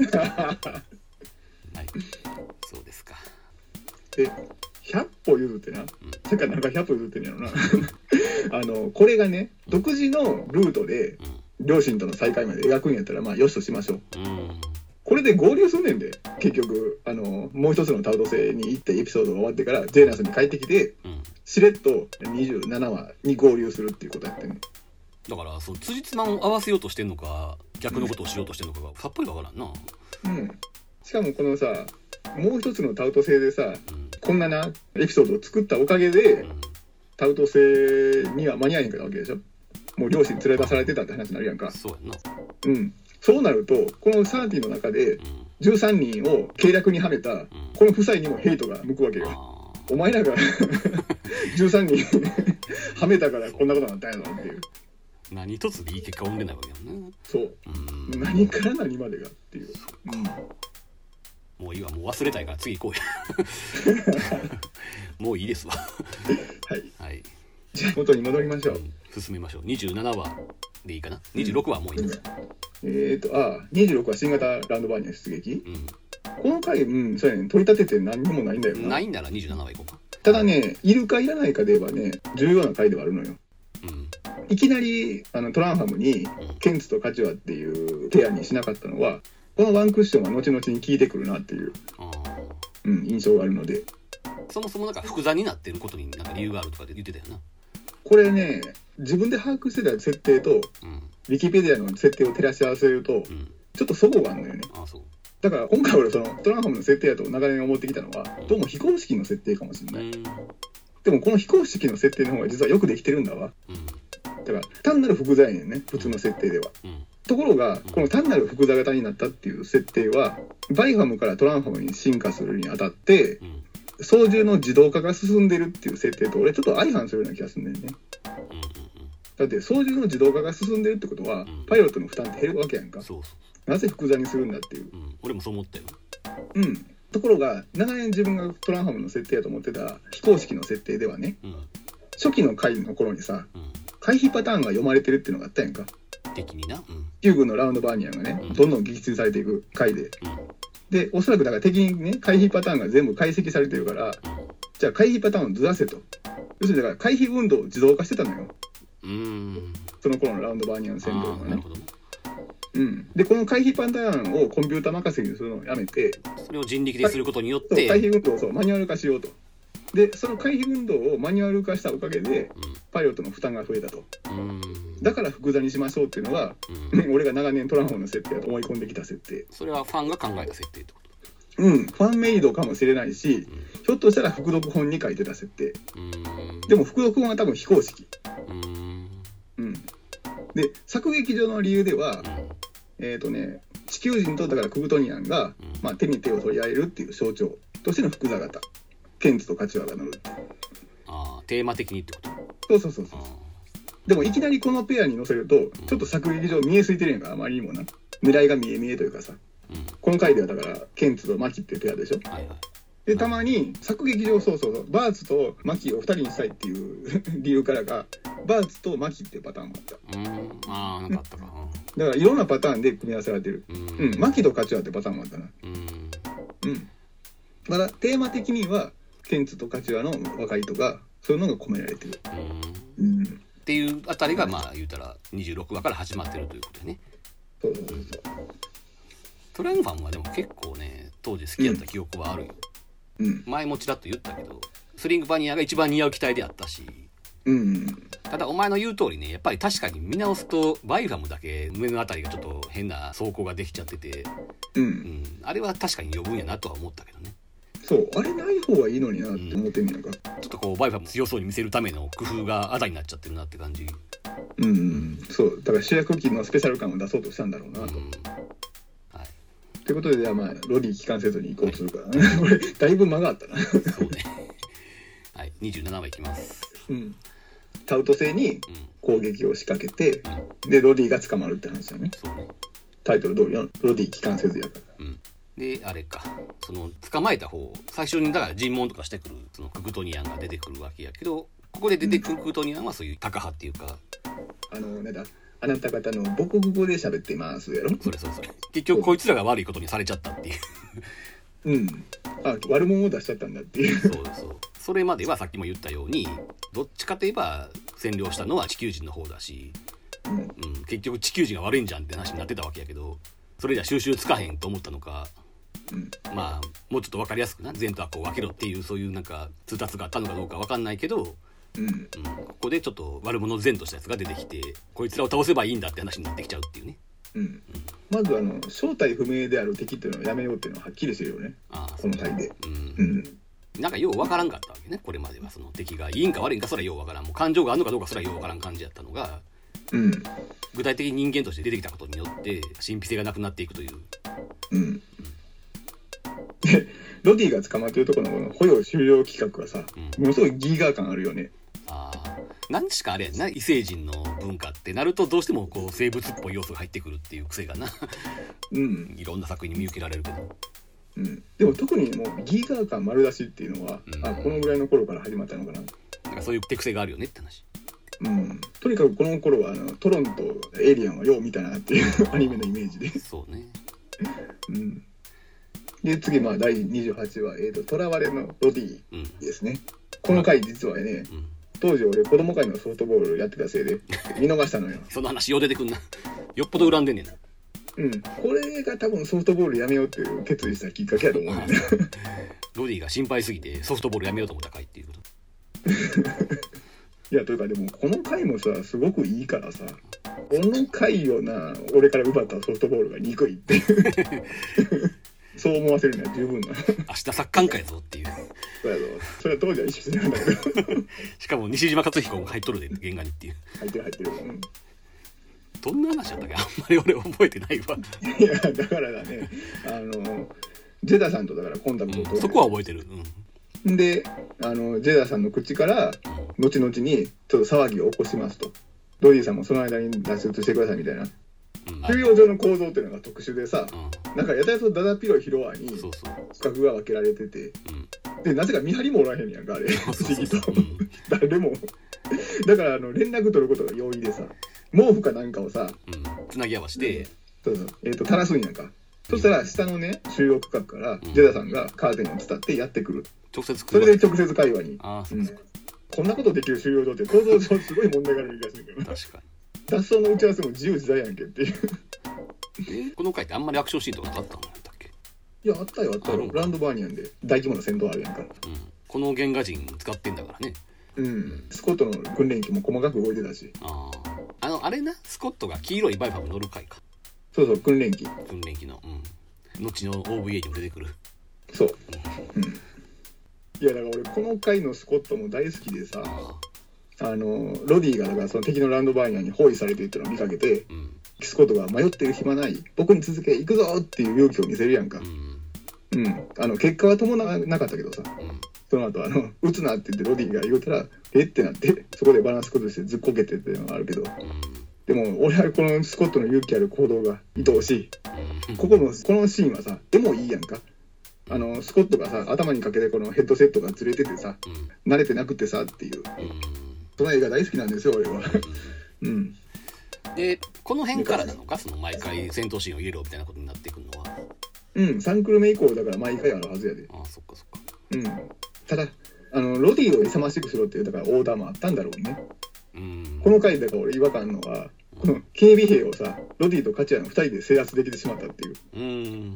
そうですか。 で。ひゃっぽ譲ってな、うん、さっきなんかひゃっぽ譲ってんやろなあのこれがね独自のルートで両親との再会まで描くんやったらまあよしとしましょう、うん、 これで合流すんねんで結局あのもう一つのタウト星に行ってエピソードが終わってからジェーナスに帰ってきて、うん、しれっとにじゅうななわに合流するっていうことやってね。 だからその辻褄を合わせようとしてんのか逆のことをしようとしてんのかがさっぱりわからんな。 うん。しかもこのさもう一つのタウト星でさ、うん、こんななエピソードを作ったおかげで、うん、タウト星には間に合えへんかったわけでしょ。もう両親連れ出されてたって話になるやんか。 そうやな。 うん。そうなるとこのサーティの中でじゅうさんにんを計略にはめた、うん、この夫妻にもヘイトが向くわけよ。お前らがじゅうさんにんはめたからこんなことになったんやろっていう。 何一つでいい結果を生んでないわけやんね。 そう。うん何から何までがっていう。うん、 もういいわ、もう忘れたいから次行こうや。もういいですわ。 はい。 はい。 じゃあ元に戻りましょう。 うん、進めましょう。にじゅうななわでいいかな。にじゅうろくわはもういいです。 うん、えっ、ー、とあにじゅうろくは新型ランドバーニア出撃。うん。この回、うん、そうやね、取り立てて何にもないんだよな。 ないんならにじゅうななわいこうか。 ただね、いるかいらないかで言えばね、重要な回ではあるのよ。うん。いきなりあのトランハムに、うん、ケンツとカチュアっていうペアにしなかったのは、このワンクッションは後々に効いてくるなっていう、うん、印象があるので。 そもそもなんか複雑になってることになんか理由があるとかで言ってたよな。 これね、自分で把握してた設定と、うん、ウィキペディアの設定を照らし合わせると、うん、ちょっと齟齬があるのよね。あ、そう。だから今回俺そのトランハムの設定だと長年思ってきたのは、どうも非公式の設定かもしれない。うん、でもこの非公式の設定の方が実はよくできてるんだわ。うん、だから単なる複雑やねんね、普通の設定では。うん、ところがこの単なる複雑型になったっていう設定は、バイファムからトランハムに進化するにあたって、うん、操縦の自動化が進んでるっていう設定と俺ちょっと相反するような気がするんだよね。だって操縦の自動化が進んでるってことは、うん、パイロットの負担って減るわけやんか。そうそう。なぜ複雑にするんだっていう、うん、 俺もそう思ったよ。 うん。ところが長年自分がトランハムの設定やと思ってた非公式の設定ではね、うん、初期の回の頃にさ、うん、回避パターンが読まれてるっていうのがあったやんか。 的にな。うん、 きゅうぐんのラウンドバーニアがね、うん、どんどん撃墜されていく回で、うん、でおそらくだから敵にね回避パターンが全部解析されてるから、うん、じゃあ回避パターンをずらせと。要するにだから回避運動を自動化してたのよ。うーん、その頃のラウンドバーニアの戦闘がね。うん、でこの回避パターンをコンピューター任せにするのをやめて、 それを人力ですることによって回避運動をそうマニュアル化しようと。でその回避運動をマニュアル化したおかげで、うん、パイロットの負担が増えたと。うんだから複雑にしましょうっていうのが、うん、俺が長年トランハムの設定だと思い込んできた設定。 それはファンが考えた設定ってこと？ うん、ファンメイドかもしれないし、うん、ひょっとしたら副読本に書いてた設定。うんでも副読本は多分非公式。うんうん、で作劇上の理由では、うん、えっ、ー、とね地球人とだからクグトニアンが、うんまあ、手に手を取り合えるっていう象徴としての複雑型、ケンツとカチュアが乗る。 ああテーマ的にってこと？ そうそうそうそう。でもいきなりこのペアに乗せると、うん、ちょっと作劇上見えすいてるやんか。あまりにもな狙いが見え見えというかさ、うん、この回ではだからケンツとマキっていうペアでしょ。はいはい。でたまに作劇上そうそうそうバーツとマキをふたりにしたいっていう理由からがバーツとマキっていうパターンもあった。うんああなんかあったか、うん、だからいろんなパターンで組み合わせられてる。うん、うん、マキとカチュアってパターンもあったな。うんうんまだテーマ的にはケンツとカチュアの和解とかそういうのが込められてる。うん、 うん、っていうあたりがまあ言うたらにじゅうろくわから始まってるということでね。 そうそうそう。 トランファンはでも結構ね当時好きやった記憶はあるよ。うん、前もちらっと言ったけどスリングバニアが一番似合う機体であったし、うんうん、ただお前の言う通りねやっぱり確かに見直すとバイファムだけ胸のあたりがちょっと変な走行ができちゃってて、うんうん、あれは確かに余分やなとは思ったけどね。 そうあれない方がいいのになって思ってんねやんか、うん、ちょっとこうバイファム強そうに見せるための工夫があだになっちゃってるなって感じ。 うん、うん、そうだから主役機のスペシャル感を出そうとしたんだろうなと、うんということで、じゃあまあロディ機関せずに行こうとするからね、はい、これだいぶ間があったな。そうね。 はい、にじゅうななわいきます。 うん。タウト星に攻撃を仕掛けて、うん、でロディが捕まるって話だね。そうね。タイトル通りのロディ機関せずやから。うん。 であれか、その捕まえた方、最初にだから尋問とかしてくるそのクグトニアンが出てくるわけやけど、ここで出てくるクグトニアンはそういうタカ派っていうか、 あのなんだ。あなた方の母国語で喋ってますやろ。 それそれそれ。結局こいつらが悪いことにされちゃったっていう。うん。 あ、悪者を出しちゃったんだっていう。 そうそう。それまではさっきも言ったように、どっちかといえば占領したのは地球人の方だし、うん、うん、結局地球人が悪いんじゃんって話になってたわけやけど、 それじゃ収集つかへんと思ったのか、 うん、 まあもうちょっと分かりやすくな善と悪を分けろっていうそういうなんか通達があったのかどうか分かんないけど、 うんうん、 ここでちょっと悪者善としたやつが出てきてこいつらを倒せばいいんだって話になってきちゃうっていうね、 うんうん、まずあの正体不明である敵っていうのをやめようっていうのははっきりしてるよね。ああこの回で、うんうん、 なんかよう分からんかったわけね。これまではその敵がいいんか悪いんかそれはよう分からん、もう感情があるのかどうかそれはよう分からん感じやったのが、うん、具体的に人間として出てきたことによって神秘性がなくなっていくという、うん、 でロディが捕まってるところのこの捕虜終了企画がさ、うん、ものすごいギーガー感あるよね。 ああ、なんしかあれやんな、異星人の文化ってなるとどうしてもこう生物っぽい要素が入ってくるっていう癖がな、うん、いろんな作品に見受けられるけど、 うん、でも特にもうギーガー感丸出しっていうのは、うん、あこのぐらいの頃から始まったのかな。 なんかそういう手癖があるよねって話。 うん、とにかくこの頃はあのトロンとエイリアンはよう見たなっていうアニメのイメージで。 そうね。 うん。で次まあだいにじゅうはちわ、えーと囚われのロディですね。うん、この回実はね、うん、当時俺子供会のソフトボールやってたせいで見逃したのよ。 その話よう出てくんな。よっぽど恨んでんねんな。 うん、これが多分ソフトボールやめようっていう決意したきっかけやと思うんだよ。 ロディが心配すぎてソフトボールやめようと思った回っていうこと。 いやというかでもこの回もさすごくいいからさ、この回をな俺から奪ったソフトボールが憎いっていうそう思わせるには十分な明日サッカー会ぞっていう。 そうやぞ、それは当時は意識してなかったけどしかも西島勝彦も入っとるで原画にっていう。 入ってる入ってる、うん、 どんな話だったっけ、あんまり俺覚えてないわ。 いやだからだね、あのジェダさんとだからコンタクトを取る、 うん、そこは覚えてる、 うん、であのジェダさんの口から後々にちょっと騒ぎを起こしますと、ロディさんもその間に脱出してくださいみたいな、収容所の構造っていうのが特殊でさ、うん、なんかやたらとだだっ広いフロアに区画が分けられてて、うん、でなぜか見張りもおらへんやんかあれ不思議と誰もだからあの連絡取ることが容易でさ、毛布かなんかをさ、 うん、つなぎ合わせて、 そうそう、えーと垂らすんやんか、うん、そしたら下のね収容区画からジェダさんがカーテンを伝ってやってくる、 直接それで直接会話に。 あそうそう、うん、 こんなことできる収容所って構造上すごい問題がある気がするけど確かに脱走の打ち合わせも自由自在やんけっていうえこの回ってあんまりアクションシーンとかあったんだっけ。 いやあったよあったよ、ランドバーニアンで大規模な戦闘あるやんか、うん、 この原画人使ってんだからね。 うん、スコットの訓練機も細かく動いてたし、 ああのあれな、スコットが黄色いバイファーに乗る回か。 そうそう訓練機訓練機の、うん、後の オーブイエー にも出てくる。 そう、うん、いやだから俺この回のスコットも大好きでさ、あのロディがだからその敵のランドバーニアンに包囲されていったのを見かけて、うん、スコットが迷ってる暇ない僕に続け行くぞっていう勇気を見せるやんか、うん、うん、あの結果は伴わなかったけどさ、うん、その後あの撃つなって言ってロディが言うたらえってなってそこでバランス崩してずっこけてっていうのがあるけど、うん、でも俺はこのスコットの勇気ある行動が愛おしい、うん、ここのこのシーンはさ絵もいいやんか。あのスコットがさ頭にかけてこのヘッドセットがずれててさ、うん、慣れてなくてさっていう、うん、その映画大好きなんですよ俺は、うん、 でこの辺からなのか、その毎回戦闘シーンを入れろみたいなことになっていくのは。 うんさんクール目以降だから毎回あるはずやで。 ああそっかそっか、 うん、ただあのロディを勇ましくしろっていうだからオーダーもあったんだろうね。うん、この回だから俺違和感あるのは、この警備兵をさロディとカチアのふたりで制圧できてしまったっていう、うん、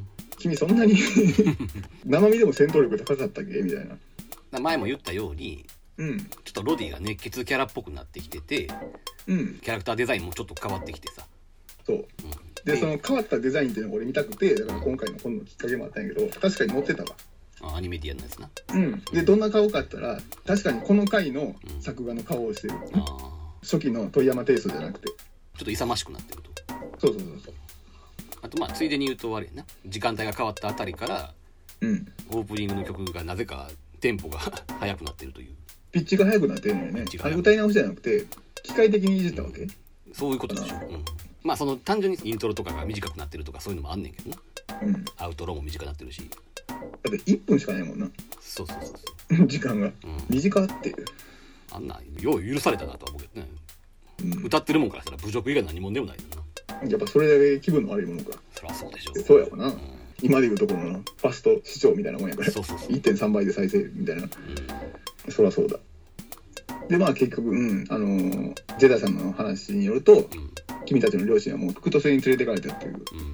君そんなに生身でも戦闘力高かったっけみたいな。 前も言ったように、うん、ちょっとロディが熱血キャラっぽくなってきてて、うん、キャラクターデザインもちょっと変わってきてさ、 そう、うん、でその変わったデザインっていうのが俺見たくて、だから今回の本のきっかけもあったんやけど、確かに載ってたわ。 あアニメディアのやつな。 うん。でどんな顔かって言ったら確かにこの回の作画の顔をしてる、うん、あ初期の鳥山テイストじゃなくてちょっと勇ましくなってると。 そうそうそうそう。 あとまあついでに言うとあれやな、時間帯が変わったあたりから、うん、オープニングの曲がなぜかテンポが速くなってるという。 ピッチが速くなってるのよね。あれ歌い直しじゃなくて機械的にいじったわけ、うん、 そういうことでしょ、うん、まあその単純にイントロとかが短くなってるとかそういうのもあんねんけどな、うん、アウトロも短くなってるし、 だっていっぷんしかないもんな。 そうそうそうそう時間が、うん、短っていう、 あんなよう許されたなとは思うけどね、うん、歌ってるもんからしたら侮辱以外何もんでもないよな。 やっぱそれだけ気分の悪いものか。 そりゃそうでしょ。 そうやわな、うん、今でいうところのファスト視聴みたいなもんやから、 そうそうそういってんさん 倍で再生みたいな、うん、そりゃそうだ。でまあ結局、うんあのー、ジェダさんの話によると、うん、君たちの両親はもうククトスに連れてかれたっていう、うん、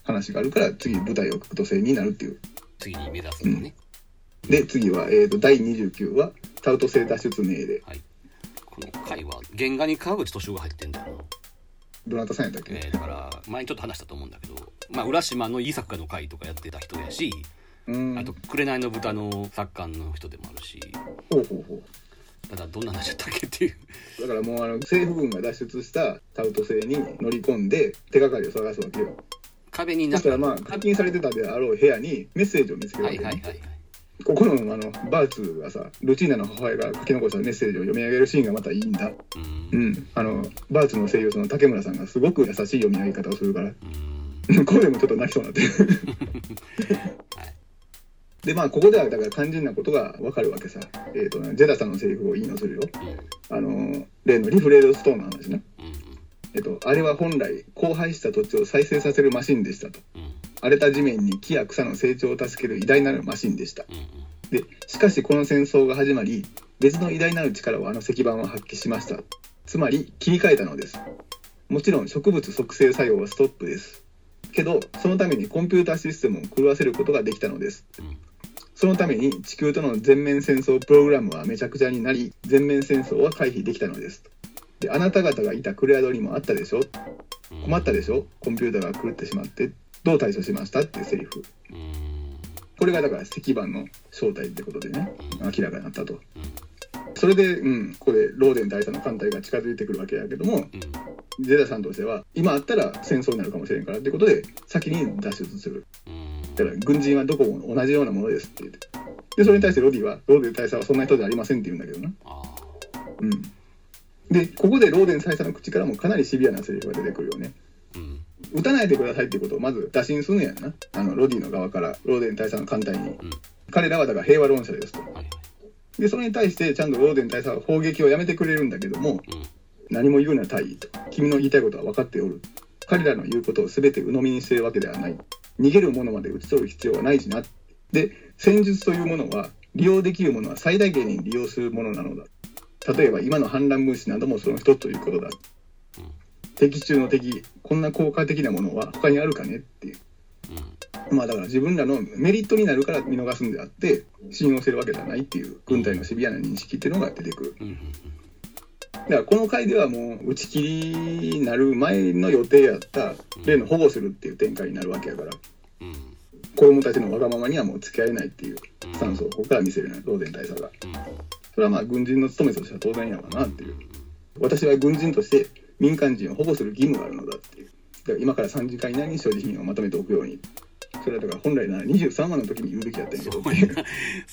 話があるから、次舞台を区と星になるっていう。 次に目指すのね、 うん、で次は、えー、とだいにじゅうきゅうわタウト星脱出命令、 はい、この回は原画に川口敏夫が入ってんだよな。 どなたさんやったっけ、 えー、だから前にちょっと話したと思うんだけど、まあ、浦島のいい作家の会とかやってた人やし、うんあと紅の豚の作家の人でもあるし、 ほうほうほう、 ただどんな話だったっけっていう。 だからもうあの政府軍が脱出したタウト星に乗り込んで手がかりを探すわけよ。 壁になそしたらまあ監禁されてたであろう部屋にメッセージを見つけるわけ、ね、 はいはいはいはい。 ここのあのバーツがさ、ルチーナの母親が書き残したメッセージを読み上げるシーンがまたいいんだ。うん、うん、あのバーツの声優その竹村さんがすごく優しい読み上げ方をするから、うん、これでもちょっと泣きそうになってる、はい、でまあここではだから肝心なことが分かるわけさ。えーとね、ジェダさんのセリフを引用するよ、うん、あの例のリフレードストーンの話ね、うんえっと、あれは本来荒廃した土地を再生させるマシンでしたと、うん、荒れた地面に木や草の成長を助ける偉大なるマシンでした、うんうん、でしかしこの戦争が始まり別の偉大なる力をあの石板は発揮しました。つまり切り替えたのです。もちろん植物促成作用はストップですけど、そのためにコンピューターシステムを狂わせることができたのです、うん、そのために地球との全面戦争プログラムはめちゃくちゃになり全面戦争は回避できたのです。であなた方がいたクレアドにもあったでしょ、困ったでしょ、コンピューターが狂ってしまってどう対処しましたっていうセリフ。これがだから石板の正体ってことでね明らかになったと。それで、うん、ここでローデン大佐の艦隊が近づいてくるわけやけども、ジェダさんとしては今あったら戦争になるかもしれんからってことで先に脱出する。だから軍人はどこも同じようなものですって言って、でそれに対してロディはローデン大佐はそんな人じゃありませんって言うんだけどな。うんでここでローデン大佐の口からもかなりシビアなセリフが出てくるよね、うん、撃たないでくださいっていうことをまず打診するんやな、あのロディの側からローデン大佐の艦隊に、うん、彼らはだから平和論者ですと、はい、でそれに対してちゃんとローデン大佐は砲撃をやめてくれるんだけども、うん、何も言うな大尉と、君の言いたいことは分かっておる、彼らの言うことを全て鵜呑みにしているわけではない、逃げる者まで撃ち取る必要はないしな、で戦術というものは利用できるものは最大限に利用するものなのだ、例えば今の反乱分子などもその一つということだ、うん、敵中の敵、こんな効果的なものは他にあるかねっていう、うん、まあだから自分らのメリットになるから見逃すんであって信用してるわけじゃないっていう軍隊のシビアな認識っていうのが出てくる、うん、だからこの回ではもう打ち切りになる前の予定やった例の保護するっていう展開になるわけやから、うん、子供たちのわがままにはもう付き合えないっていうスタンスをここから見せるようなローデン大佐が、それはまあ軍人の務めとしては当然やわなっていう、私は軍人として民間人を保護する義務があるのだっていう、だから今からさんじかん以内に所持品をまとめておくように、それはだから本来ならにじゅうさんわの時に言うべきだったんやけど確か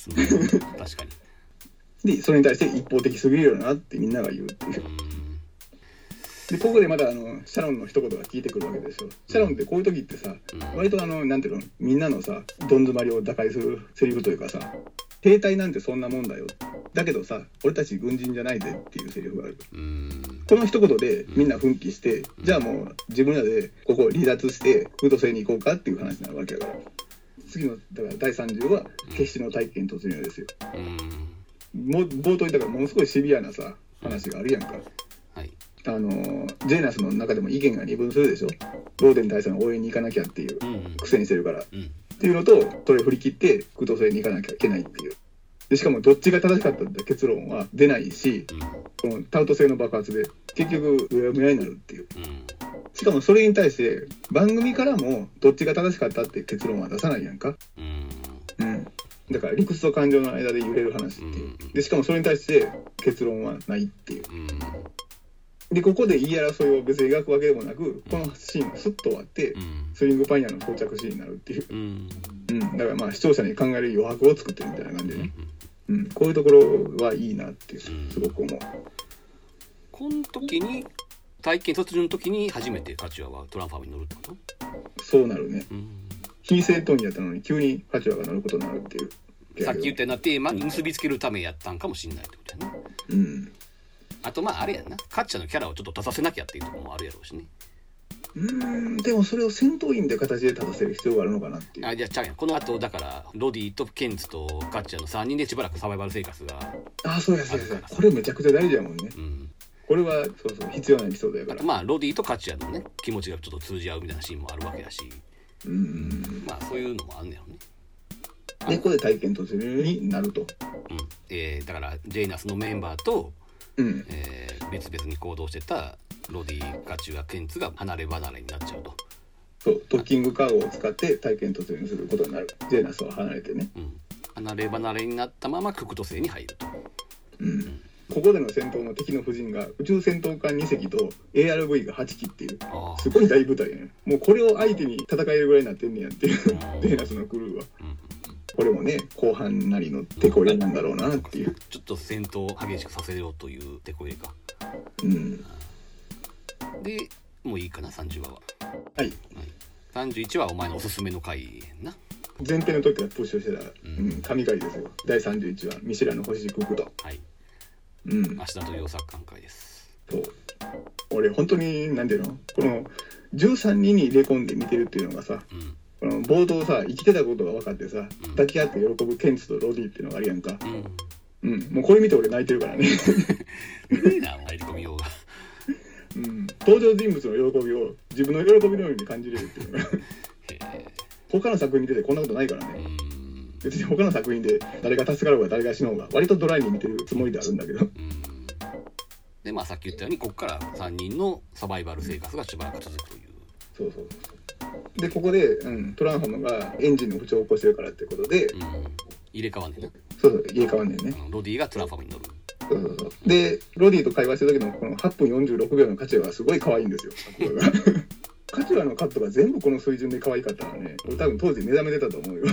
にでそれに対して一方的すぎるよなってみんなが言うっていう、でここでまだあのシャロンの一言が聞いてくるわけですよ。シャロンってこういう時ってさ、割とあのなんていうの、みんなのさどん詰まりを打開するセリフというかさ、兵隊なんてそんなもんだよ、だけどさ俺たち軍人じゃないぜっていうセリフがある。うーん、この一言でみんな奮起して、うん、じゃあもう自分らでここを離脱して空土星に行こうかっていう話になるわけだから、次のだからだいさんじゅうは決死の体験突入ですよ。うん、も冒頭にだからものすごいシビアなさ話があるやんか、はい、あのジェーナスの中でも意見が二分するでしょ。ローデン大佐の応援に行かなきゃっていう苦戦してるから、うんうん、っていうのとそれを振り切って空土星に行かなきゃいけないっていう、でしかもどっちが正しかったって結論は出ないし、うん、このタウト星の爆発で結局うやむやになるっていう、うん、しかもそれに対して番組からもどっちが正しかったって結論は出さないやんか、うんうん、だから理屈と感情の間で揺れる話っていう、でしかもそれに対して結論はないっていう、うんでここで言い争いを別に描くわけでもなく、このシーンがスッと終わって、うん、スリングパイヤーの装着シーンになるっていう、うんうん、だからまあ視聴者に考える余白を作ってるみたいな感じでね、うんうん、こういうところはいいなっていうすごく思う。 この時に体験突入の時に初めてカチュアはトランファームに乗るってこと？ そうなるね、うん、非正当にやったのに急にカチュアが乗ることになるっていう、 さっき言ったようなテーマに結びつけるためやったんかもしれないってことやね。うん、あとまああれやんな、カッチャのキャラをちょっと立たせなきゃっていうところもあるやろうしね。 うーん、でもそれを戦闘員で形で立たせる必要があるのかなっていう。 あ、じゃあちゃうやん、この後だからロディとケンズとカッチャのさんにんでしばらくサバイバル生活があるから。 あ、そうやそうやそうや、これめちゃくちゃ大事やもんね、うん、これはそうそう必要なエピソードやから。 あとまあロディとカッチャのね気持ちがちょっと通じ合うみたいなシーンもあるわけだし、 うん、 まあそういうのもあんねやろね。 でここで体験突入になると、 うんえー、だからジェイナスのメンバーと、 うんえー、別々に行動してたロディ・カチュア・ケンツが離れ離れになっちゃうと。 そうドッキングカードを使って体験突入することになる。ジェイナスは離れてね、 うん、離れ離れになったままククト星に入ると、 うんうん、ここでの戦闘の敵の布陣が宇宙戦闘艦に隻と エーアールブイ がはち機っていうすごい大部隊ね。もうこれを相手に戦えるぐらいになってんねやっていうジェイナスのクルーは、うん、これもね後半なりのテこ入れなんだろうなっていう、うん、 ちょっと戦闘を激しくさせようというテこ入れか。 うんでもういいかなさんじゅうわは。 はい、はい、 さんじゅういちわはお前のおすすめの回やな。 前編の時からプッシュしてた、うんうん、神回ですよ。だいさんじゅういちわ見知らぬ星ククト、 はい、 うん、 明日という作艦会です。 そう俺本当に何ていうのこのじゅうさんにんに入れ込んで見てるっていうのがさ、 うんこの冒頭さ生きてたことが分かってさ、うん、抱き合って喜ぶケンツとロディっていうのがあるやんか、うん、うん、もうこれ見て俺泣いてるからねいいな入り込みようがうん、登場人物の喜びを自分の喜びのように感じれるっていうのが他の作品見ててこんなことないからね。別に他の作品で誰が助かろうが誰が死のうが割とドライに見てるつもりであるんだけど、うんでまあさっき言ったようにここからさんにんのサバイバル生活がしばらく続くという。 そうそうそうでここで、うん、トランハムがエンジンの不調を起こしてるからってことで、うん、 入れ替わんねんな。 そうそう入れ替わんねんね。 ロディがトランファムに乗る。 そうそうそうでロディと会話してる時のこのはっぷんよんじゅうろくびょうのカチュアがすごい可愛いんですよカチュアのカットが全部この水準で可愛かったらね俺多分当時目覚めてたと思うよ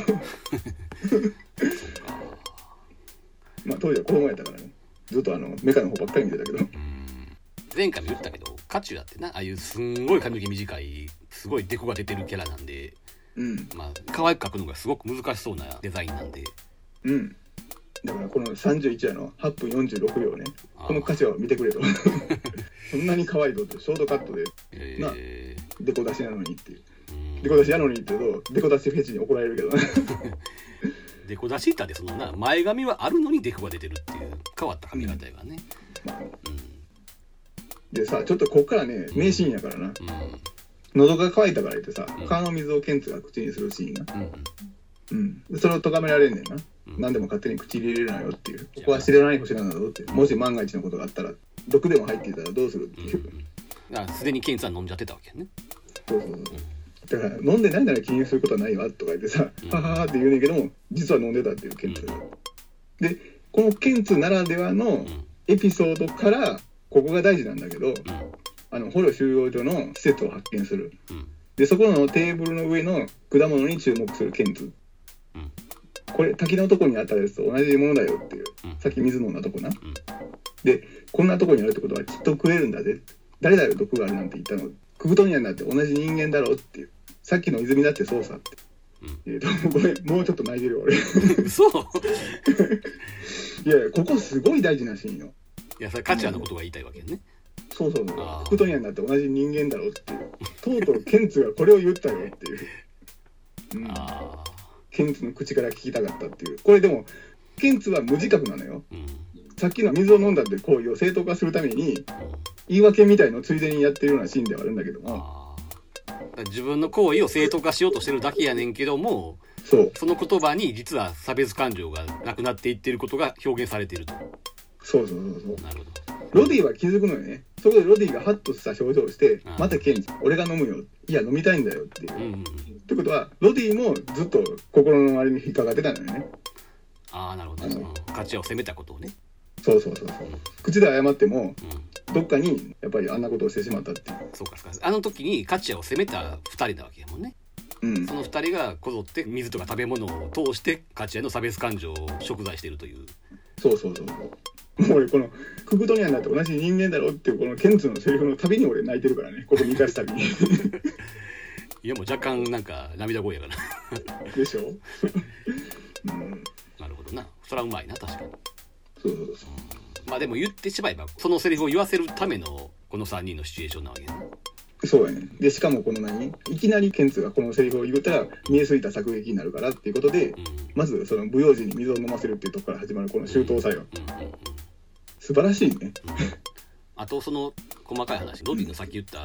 まあ当時は子供やったからねずっとあのメカの方ばっかり見てたけど。 前回も言ったけどカチュアってなああいうすんごい髪の毛短いすごいデコが出てるキャラなんで、 うん、 まあ可愛く描くのがすごく難しそうなデザインなんで、 うんだからこのさんじゅういちわのはっぷんよんじゅうろくびょうねこのカチュアを見てくれとそんなに可愛いとってショートカットで、えー、なデコ出しなのにっていうデコ出しなのにって言うとデコ出しフェチに怒られるけどねデコ出しってそのな前髪はあるのにデコが出てるっていう変わった髪型やがね、うんまあうん、 でさちょっとこっからね名シーンやからな、うん、喉が渇いたから言ってさ、うん、川の水をケンツが口にするシーンが、うんうん、それを咎められんねんな、うん、何でも勝手に口入れれるなよっていうここは知らない星なんだぞってもし万が一のことがあったら毒でも入っていたらどうするっていう、うん、 だからすでにケンツは飲んじゃってたわけやね。 そうそうそう、うん、だから飲んでないなら気にすることはないわとか言ってさ、うん、はははって言うねんけども実は飲んでたっていうケンツが、うん、でこのケンツならではのエピソードからここが大事なんだけど、うん、あの捕虜収容所の施設を発見する、うん、でそこのテーブルの上の果物に注目するケンツ、うん、これ滝のとこにあったやつと同じものだよっていう、うん、さっき水飲んだとこな、うん、でこんなとこにあるってことはきっと食えるんだぜ誰だよ毒があるなんて言ったのクグトニアンだって同じ人間だろっていうさっきの泉だってそうさって、うん、えーとこれもうちょっと泣いてるよ俺そういやいやここすごい大事なシーンよ。 いやそれカチュアのことが言いたいわけね。 そうそうそうクグトニアンだって同じ人間だろっていうとうとうケンツがこれを言ったよっていう、うん、あケンツの口から聞きたかったっていう。これでもケンツは無自覚なのよ、うん、さっきの水を飲んだって行為を正当化するために、うん、言い訳みたいのついでにやってるようなシーンではあるんだけどもあ自分の行為を正当化しようとしてるだけやねんけどもそ, その言葉に実は差別感情がなくなっていっていることが表現されていると。 そうそうそうそう。 なるほど。 ロディは気づくのよね。そこでロディがハッとした表情をしてまたケンツ俺が飲むよいや飲みたいんだよっていう、うんうんうん、ってことはロディもずっと心の周りに引っかかってたのよね。 ああなるほど、ね、カチュアを責めたことをね。 そうそうそうそう、うん、口で謝っても、うん、どっかにやっぱりあんなことをしてしまったっていう。 そうかそうか。あの時にカチュアを責めたふたりなわけやもんね、うん、そのふたりがこぞって水とか食べ物を通してカチュアの差別感情を贖罪しているという。 そうそうそうそう。もう俺このクグトニアンだって同じ人間だろっていうこのケンツのセリフのたびに俺泣いてるからねここ見返すたびにいやもう若干なんか涙声やからでしょ、うん、 なるほどな。それはうまいな確かに。 そうそうそう、 うん、まあでも言ってしまえばそのセリフを言わせるためのこのさんにんのシチュエーションなわけね。 そうやね。でしかもこの何いきなりケンツがこのセリフを言ったら見えすぎた作劇になるからっていうことで、うん、まずその舞踊時に水を飲ませるっていうところから始まるこの周到作用、うんうんうんうん、素晴らしいね、 うん、あとその細かい話ロディのさっき言った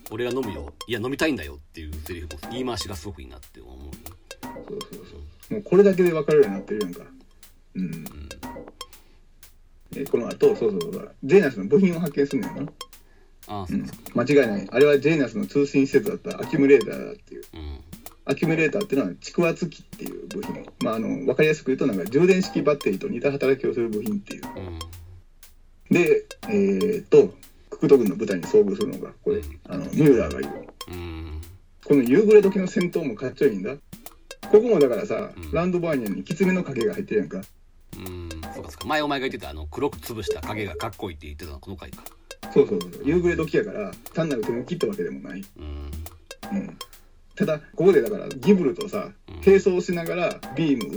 俺が飲むよ、いや飲みたいんだよっていうセリフも言い回しがすごくいいなって思う。 そうそうそう、もうこれだけで分かるようになってるやんか。うん、うん、でこの後そうそうそうジェイナスの部品を発見するんだよな。 ああそうですか、 うん、間違いない。あれはジェイナスの通信施設だったアキュムレーターだっていう、うん、アキュムレーターっていうのは蓄圧器っていう部品、まあ、あの分かりやすく言うとなんか充電式バッテリーと似た働きをする部品っていう、うん、でえー、っとククト軍の部隊に遭遇するのがこれ、うん、あのミューラーがいる、うん、この夕暮れ時の戦闘もかっちょいいんだ。ここもだからさ、うん、ランドバーニャンにキツネの影が入ってるやんか。 うん、そうかそうか。前お前が言ってたあの黒く潰した影がかっこいいって言ってたのこの回か。 そうそうそう、夕暮れ時やから単なる手抜きってわけでもない、うんうん、ただここでだからギブルとさ、うん、並走しながらビーム撃って、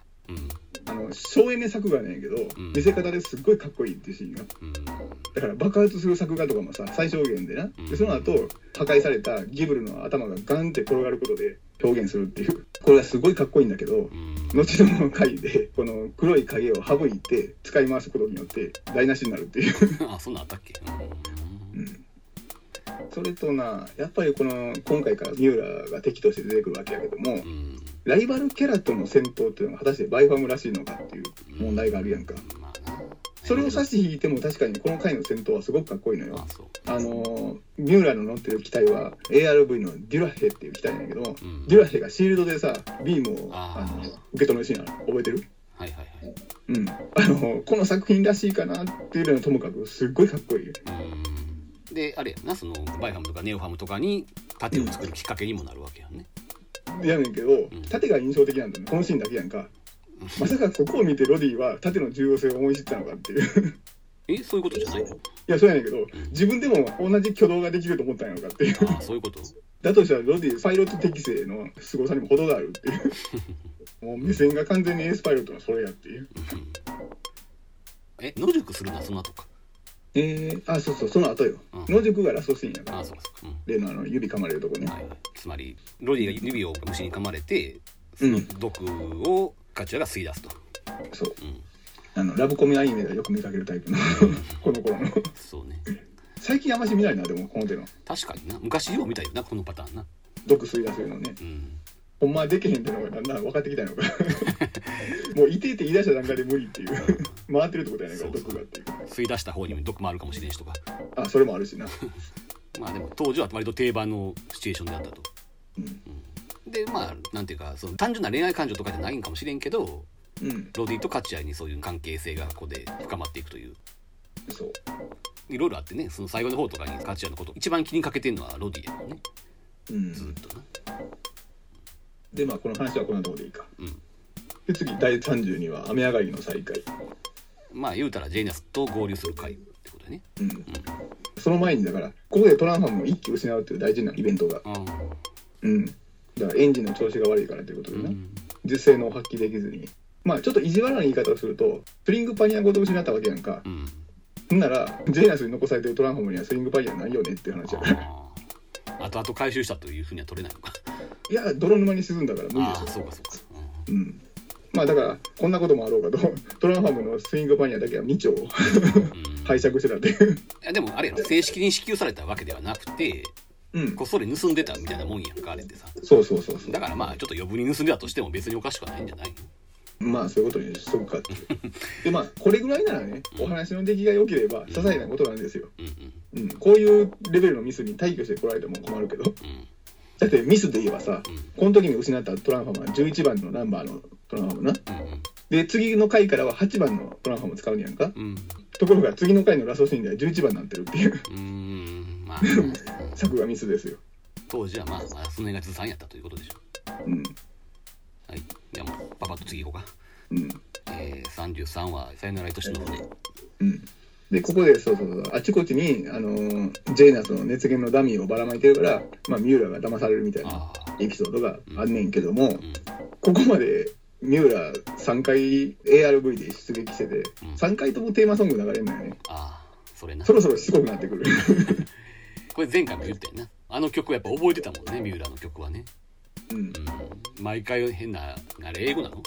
うん、あの省エネ作画なんやけど、うん、見せ方ですっごいかっこいいっていうシーンが、うん、だから爆発する作画とかもさ最小限でな、でその後破壊されたギブルの頭がガンって転がることで表現するっていう、これはすごいかっこいいんだけど、うん、後の回でこの黒い影を省いて使い回すことによって台無しになるっていうあ、そんなんあったっけ、 うん、それとなやっぱりこの今回からミューラーが敵として出てくるわけやけども、うん、ライバルキャラとの戦闘っていうのが果たしてバイファムらしいのかっていう問題があるやんか、うん、まあ、それを差し引いても確かにこの回の戦闘はすごくかっこいいのよ。あ, そうあのミューラーの乗ってる機体は エーアールブイ のデュラッヘっていう機体なんだけど、うん、デュラッヘがシールドでさビームをああの受け止めるシーン覚えてる？はいはいはい、うん、あのこの作品らしいかなっていうのはともかくすっごいかっこいい。 うんであれやな、そのバイファムとかネオファムとかに盾を作るきっかけにもなるわけやね、 うん、やねんけど、うん、盾が印象的なんだよねこのシーンだけやんかまさかここを見てロディは盾の重要性を思い知ったのかっていうえ、そういうことじゃないの？いや、そうやねんけど、うん、自分でも同じ挙動ができると思ったんやのかっていう。 ああ、そういうこと？ だとしたらロディパイロット適性の凄さにも程があるっていうもう目線が完全にエースパイロットのそれやっていうえ、野宿するのはその後か。 えー、あ、そうそう、その後よ、うん、野宿がラストシーンやから。あ、そうかそうか、うん、例のあの指噛まれるとこね、はいはい、 つまりロディが指を虫に噛まれてその毒をカチュアが吸い出すと、 うん、そう、うんあのラブコメアニメでよく見かけるタイプのこの頃のそうね、 最近あんまし見ないな。でもこの手の確かにな、昔よう見たよなこのパターンな、 毒吸い出すのね、うん、ほんまできへんってのがだんだん分かってきたのかもういていて言い出した段階で無理っていう回ってるってことやねんから毒がっていう吸い出した方にも毒もあるかもしれんしとかあ、それもあるしなまあでも当時は割と定番のシチュエーションであったと、うんうん、でまあなんていうかその単純な恋愛感情とかじゃないんかもしれんけど、うん、ロディとカチュアにそういう関係性がここで深まっていくという、 そういろいろあってね、その最後の方とかにカチュアのこと一番気にかけてるのはロディやもんね、うん、ずっとな。 でまあこの話はこんなところでいいか、うん、で次だいさんじゅうには雨上がりの再会、まあ言うたらジェイナスと合流する回ってことだね、うんうん、 その前にだからここでトランファムを一気失うっていう大事なイベントが、うん、だからエンジンの調子が悪いからということでな、うん、実性能を発揮できずに、まあちょっと意地悪な言い方をするとスリングパニアごと失ったわけやんか、うん、ならジェイナスに残されてるトランファムにはスリングパニアないよねっていう話やからあとあと回収したというふうには取れないのかいや泥沼に沈んだから無理ですよ。 あそうかそうか、 うん、うん、まあだからこんなこともあろうかとトランファムのスイングパニアだけはに丁拝借してたっていういやでもあれやろ、正式に支給されたわけではなくて、うん、こっそり盗んでたみたいなもんやんかあれってさ。 そうそうそうそう、 だからまあちょっと余分に盗んでたとしても別におかしくはないんじゃないの。 まあそういうことにしとくかってでまあこれぐらいならね、うん、お話の出来が良ければ些細なことなんですよ、うんうんうん、こういうレベルのミスに大挙してこられても困るけど、うん、だってミスで言えばさ、うん、この時に失ったトランファムはじゅういちばんのナンバーのトランファムな、うんうん、で次の回からははちばんのトランファム使うんやんか、うん、ところが次の回のラストシーンではじゅういちばんになってるっていううーん、まあ、作画ミスですよ。 当時はまあ、まあ、その辺がずさんやったということでしょう。うん。はい。ではもうパパッと次行こうか。うん。えー、さんじゅうさんわさよなら愛しの船。 うん。でここでそうそうそうあちこちにあのー、ジェイナスの熱源のダミーをばらまいてるから、まあ、ミューラーが騙されるみたいなエピソードがあんねんけども、うんうん、ここまでミューラーさんかい エーアールブイ で出撃してて、うん、さんかいともテーマソング流れるのよね。ああ、それな。そろそろしつこくなってくるこれ前回も言ったよな。あの曲やっぱ覚えてたもんね、ミューラーの曲はね。うん。うん、毎回変なあれ英語なの？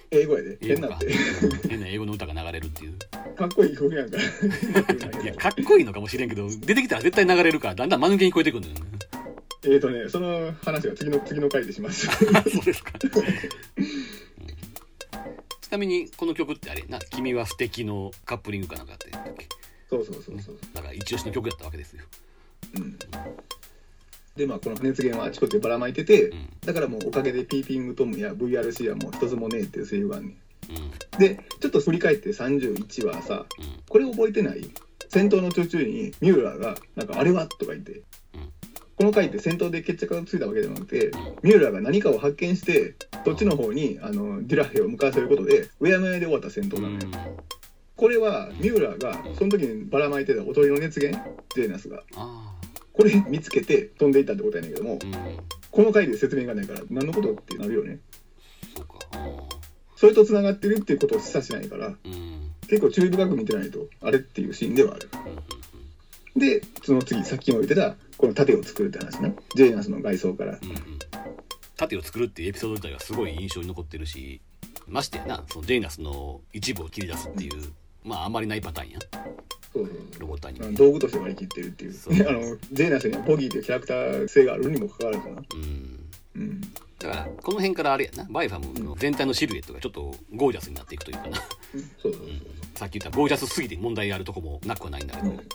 英語やで英語か変なって変な英語の歌が流れるっていうかっこいい風やんかいやかっこいいのかもしれんけど出てきたら絶対流れるからだんだん間抜けに聞こえてくるんだよねえーとねその話は次の次の回でしますそうですか、うん、ちなみにこの曲ってあれな君は素敵のカップリングかなんかってそうそうそうそう、 ね、だから一押しの曲だったわけですよ、 うんでまあこの熱源はあちこちでばらまいてて、 うん、 だからもうおかげでピーピングトムや ブイアールシー はもう一つもねえっていうセリフがあんねん、 うん、 でちょっと振り返ってさんじゅういちわさ、 うん、 これ覚えてない？戦闘の途中にミューラーがなんかあれはとか言って、うん、この回って戦闘で決着がついたわけじゃなくて、うん、ミューラーが何かを発見してそっちの方にあのデュラヘを向かわせることでうやむやで終わった戦闘なのよ、うん、これはミューラーがその時にばらまいてた踊りの熱源ジェーナスがこれ見つけて飛んでいったってことやねんけども、うん、この回で説明がないから何のことってなるよね。 そうか、 それとつながってるっていうことを示唆しないから、うん、結構注意深く見てないとあれっていうシーンではある、うん、でその次さっきも言ってたこの盾を作るって話ねジェーナスの外装から、うんうん、 盾を作るっていうエピソード自体がすごい印象に残ってるしましてやなそのジェーナスの一部を切り出すっていう、うん、まああまりないパターンやそうそうロボットアニメ道具として割り切ってるっていうあのジェーナスにはボギーというキャラクター性があるにもかかわらずな、うんうん、 だからこの辺からあれやなバイファムの全体のシルエットがちょっとゴージャスになっていくというかな、うん、そうそうそう、うん、さっき言ったゴージャスすぎて問題があるとこもなくはないんだけど、うんうん、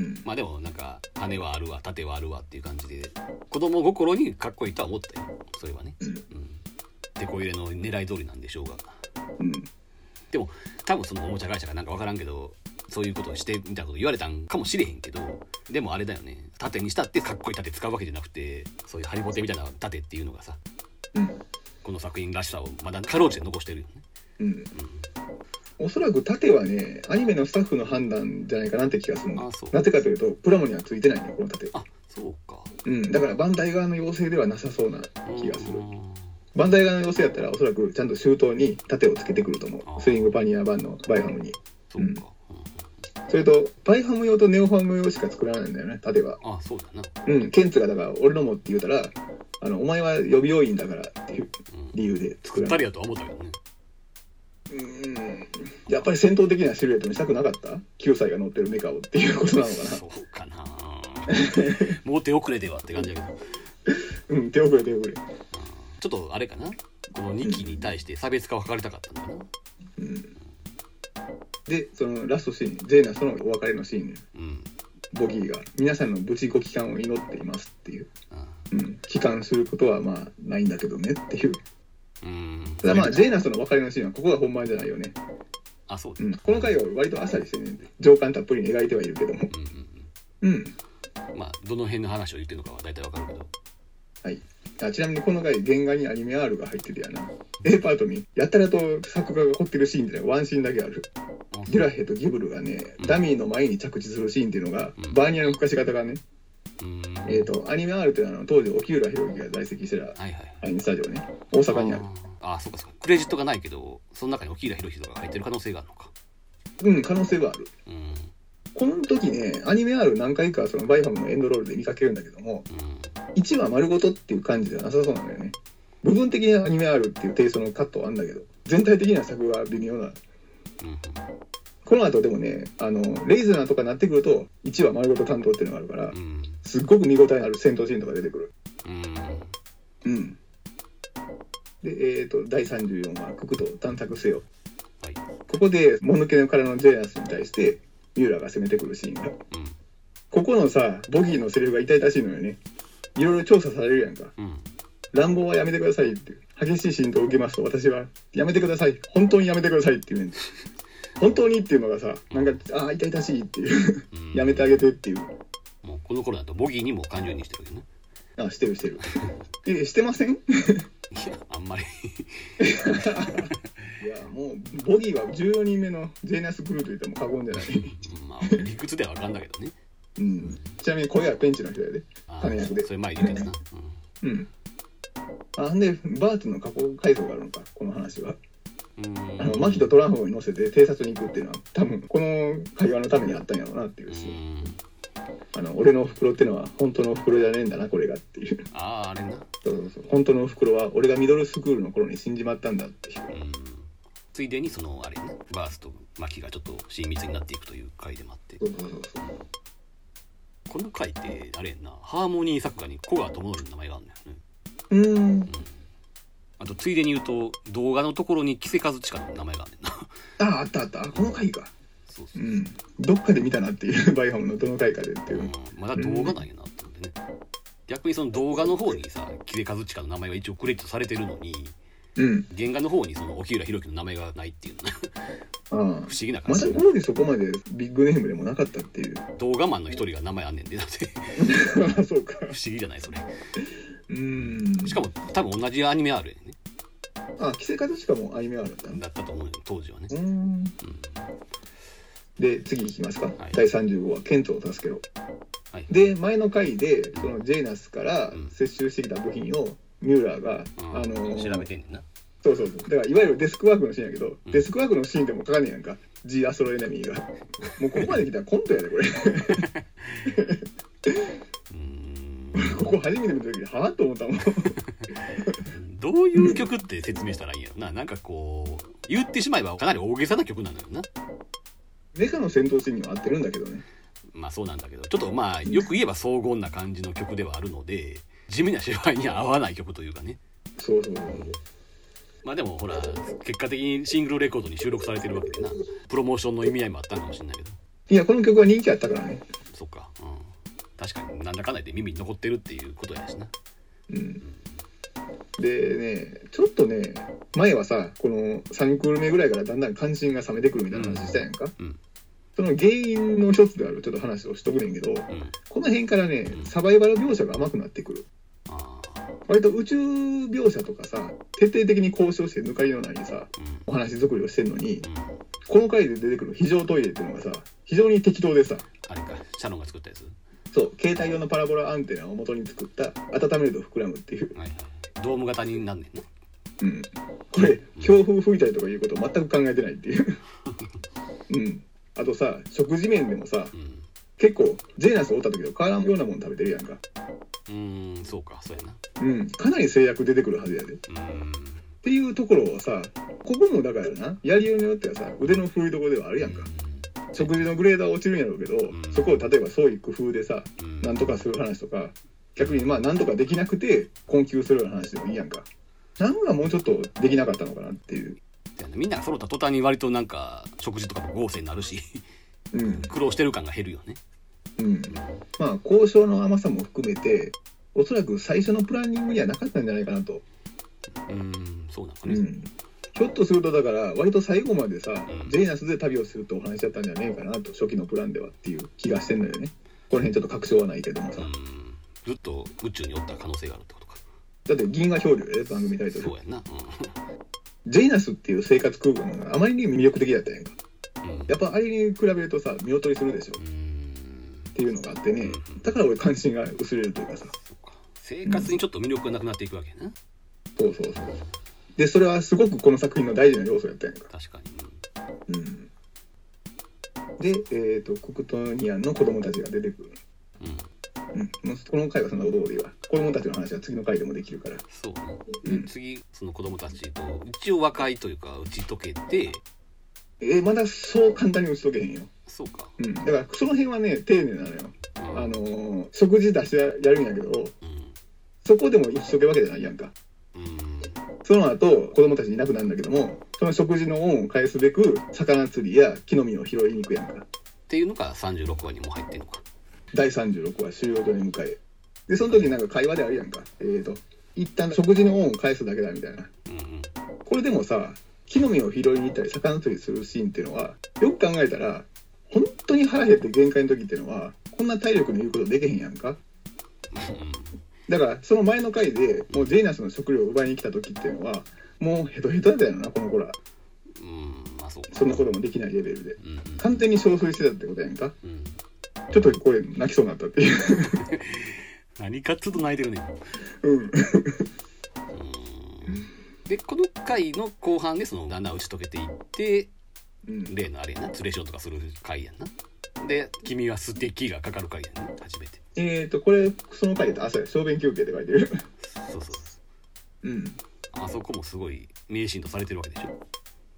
まあでもなんか羽はあるわ盾はあるわっていう感じで子供心にかっこいいとは思ったよそれはね、うんうん、手こ入れの狙い通りなんでしょうが、うん、でも多分そのおもちゃ会社がなんか分からんけどそういうことをしてみたいなこと言われたんかもしれへんけどでもあれだよね盾にしたってかっこいい盾使うわけじゃなくてそういうハリボテみたいな盾っていうのがさ、うん、この作品らしさをまだかろうじて残してるよね、うんうん、おそらく盾はねアニメのスタッフの判断じゃないかなって気がするの。なぜかというとプラモにはついてないねこの盾。 あそうか、 うん、だからバンダイ側の要請ではなさそうな気がする。バンダイ側の要請やったらおそらくちゃんと周到に盾をつけてくると思うスイングパニア版のバイファムに。そうか、うん、それとバイファム用とネオファム用しか作らないんだよね盾は。 あそうだな、 うん、ケンツがだから俺のもって言うたらあのお前は予備要員だからっていう理由で作らない、 うん、作ったりだとは思ったけどね。 うんやっぱり戦闘的なシルエットにしたくなかったきゅうさいが乗ってるメカをっていうことなのかな。 そうかなもう手遅れではって感じだけどうん手遅れ手遅れ、うん、 ちょっとあれかなこのにきに対して差別化を図りたかったんだかな、 うんでそのラストシーンジェーナスとのお別れのシーンで、うん、ボギーが皆さんの無事ご帰還を祈っていますっていう、うんうん、帰還することはまあないんだけどねっていう、うん、ただまあジェーナスとの別れのシーンはここが本番じゃないよね。 あそう、 うん、この回は割とあっさりしてね情感たっぷりに描いてはいるけどもうん、うんうん、 まあどの辺の話を言ってるのかは大体わかるけどはいあちなみにこの回原画にアニメ R が入っててやな A パートにやたらと作画が凝ってるシーンでワンシーンだけある。デュラヘとギブルがね、うん、ダミーの前に着地するシーンっていうのが、うん、バーニアの吹かし方がね、うん、えーとアニメ R っていうのは当時沖浦弘樹が在籍してたアニメスタジオね、大阪にある。 ああそうかそうかクレジットがないけどその中に沖浦弘樹とかが入ってる可能性があるのか。 うん可能性はある、うん、この時ねアニメ R 何回かそのバイファムのエンドロールで見かけるんだけども、うん、いちわ丸ごとっていう感じではなさそうなんだよね。部分的にアニメ R っていうテイストのカットはあるんだけど全体的な作画は微妙な、うん、この後でもねあのレイズナーとかになってくるといちわ丸ごと担当っていうのがあるから、うん、すっごく見応えのある戦闘シーンとか出てくる。うん、うん、でえーとだいさんじゅうよんわククと探索せよ、はい、ここでもぬけの殻のジェイナスに対してミューラーが攻めてくるシーンが、うん、ここのさボギーのセリフが痛々しいのよね。いろいろ調査されるやんか、うん、乱暴はやめてくださいって激しい浸透を受けますと私はやめてください本当にやめてくださいって言うんです本当にっていうのがさなんかああ痛々しいっていうやめてあげてっていう。 もうこの頃だとボギーにも感情にしてるよね。 あしてるしてるえしてませんいやあんまりいやもうボギーはじゅうよにんめのジェイナスクルーと言っても過言じゃないまあ理屈では分かんだけどね、 うん、ちなみに声はペンチの人やで種役でそれ前言ってたなうん、うん、あんでバーツの過去回想があるのかこの話は。あのマキとトランフに乗せて偵察に行くっていうのは多分この会話のためにあったんやろうなっていうし、あの俺のお袋っていうのは本当のお袋じゃねえんだなこれがっていう。 あああれな。 そうそうそう本当のお袋は俺がミドルスクールの頃に死んじまったんだっていう。 ついでにそのあれねバースとマキがちょっと親密になっていくという回でもあって、 そうそうそうそう、 この回ってあれやんな、ハーモニー作家に古賀智則の名前があるんだよね。 うーん、うん、 あとついでに言うと動画のところに木瀬和親の名前があるんだよな。ああ、あったあった、この回か。 そうそう、 うん、どっかで見たなっていうバイハムのどの回かでっていう、 うん、まだ動画なんやなって思ってね、うん、逆にその動画の方にさ木瀬和親の名前が一応クレジットされてるのに、うん、原画の方にその沖浦弘樹の名前がないっていうのねあ不思議な感じ。 まだこの時そこまでビッグネームでもなかったっていう。 動画マンの一人が名前あんねんでだってそうか、不思議じゃないそれ。 うーん、 しかも多分同じアニメあるよね。 あ、木瀬和親もアニメあるんだだったと思うよ当時はね。 うーん、うん、で次いきますか、はい、だいさんじゅうごわケントを助けろ、はい、で前の回でそのジェイナスから接収してきた部品をミューラーが、うん、あのー、 調べてんねんな。そうそうそう、だからいわゆるデスクワークのシーンやけど、うん、デスクワークのシーンでもかかんねえやんか、 G アストロエネミーがもうここまで来たらコントやでこれここ初めて見た時はぁと思ったもんどういう曲って説明したらいいんやろな。なんかこう言ってしまえばかなり大げさな曲なのよな。 メカの戦闘シーンには合ってるんだけどね。 まあそうなんだけど、ちょっとまあよく言えば荘厳な感じの曲ではあるので、地味な芝居には合わない曲というかね。 そうそうそう。 まあでもほら結果的にシングルレコードに収録されてるわけでな、プロモーションの意味合いもあったのかもしれないけど。 いやこの曲は人気あったからね。 そっか、うん、確かになんだかんだで耳に残ってるっていうことやしな。 うん、うん、でね、ちょっとね前はさこのさんクール目ぐらいからだんだん関心が冷めてくるみたいな話したやんか、うんうん、その原因の一つであるちょっと話をしとくねんけど、うん、この辺からねサバイバル描写が甘くなってくる。割と宇宙描写とかさ徹底的に交渉して抜かりのないさ、うん、お話作りをしてるのに、うん、この回で出てくる非常トイレっていうのがさ非常に適当でさ、 あれかシャノンが作ったやつ。 そう携帯用のパラボラアンテナを元に作った温めると膨らむっていう、はいはい、 ドーム型になんねんな。 うん、これ強風吹いたりとかいうことを全く考えてないっていううん、あとさ食事面でもさ、うん、結構ジェイナスおった時と変わらんようなもの食べてるやんか。 うーんそうかそうやな、 うん、かなり制約出てくるはずやで。うんっていうところはさここもだからなやりようによってはさ腕の振りどころではあるやんか。食事のグレードは落ちるんやろうけど、うん、そこを例えば創意工夫でさ、うん、なんとかする話とか逆にまあなんとかできなくて困窮するような話でもいいやんか。なんかもうちょっとできなかったのかなっていう。 みんなが揃った途端に割となんか食事とかも豪勢になるし、うん、苦労してる感が減るよね。 うん、まあ交渉の甘さも含めておそらく最初のプランニングにはなかったんじゃないかなと。 うーんそうなんかね、うん、 ひょっとするとだから割と最後までさ、うん、ジェイナスで旅をするってお話だったんじゃねえかなと初期のプランではっていう気がしてんのよね。この辺ちょっと確証はないけどもさ、うん、 ずっと宇宙におった可能性があるってことか。 だって銀河漂流やで番組タイトル。 そうやんな、うん、 ジェイナスっていう生活空間があまりに魅力的だったやんか、うん、やっぱあれに比べるとさ見劣りするでしょ、うん、っていうのがあってね、うん、だから俺関心が薄れるというかさ、 そうか生活にちょっと魅力がなくなっていくわけやな、うん、 そうそうそう。でそれはすごくこの作品の大事な要素やったやんか。 確かに、うん、で、えーと、ククトニアンの子供たちが出てくる、うんうん、この回はそんなことでいいわ。子供たちの話は次の回でもできるから。 そうね、うん、次その子供たちと一応和解というか打ち解けて、 えー、まだそう簡単に打ち解けへんよ。 そうか、 うん、だからその辺はね丁寧なのよ、うん、あのー、食事出してやるんやけど、うん、そこでも打ち解けるわけじゃないやんか、うん、その後子供たちいなくなるんだけどもその食事の恩を返すべく魚釣りや木の実を拾いに行くやんかっていうのがさんじゅうろくわにも入ってんのか。 だいさんじゅうろくわ収容所に向かえでその時なんか会話であるやんか、えーと一旦食事の恩を返すだけだみたいな、うんうん、これでもさ木の実を拾いに行ったり魚釣りするシーンっていうのはよく考えたら本当に腹減って限界の時っていうのはこんな体力の言うことできへんやんか、うん、だからその前の回でもうジェイナスの食料を奪いに来た時っていうのはもうヘトヘトだよなこの子ら、 うんまあ、そうそんなこともできないレベルで、うんうん、完全に憔悴してたってことやんか、うん、ちょっとこれ泣きそうになったっていう何かちょっと泣いてるねうんでこの回の後半でそのだんだん打ち解けていって、うん、例のあれやなツレションとかする回やんな。で君はステッキがかかる回やな初めて。 えーとこれその回で朝小便休憩って書いてるそうそうそううんあそこもすごい名シーンとされてるわけでしょ。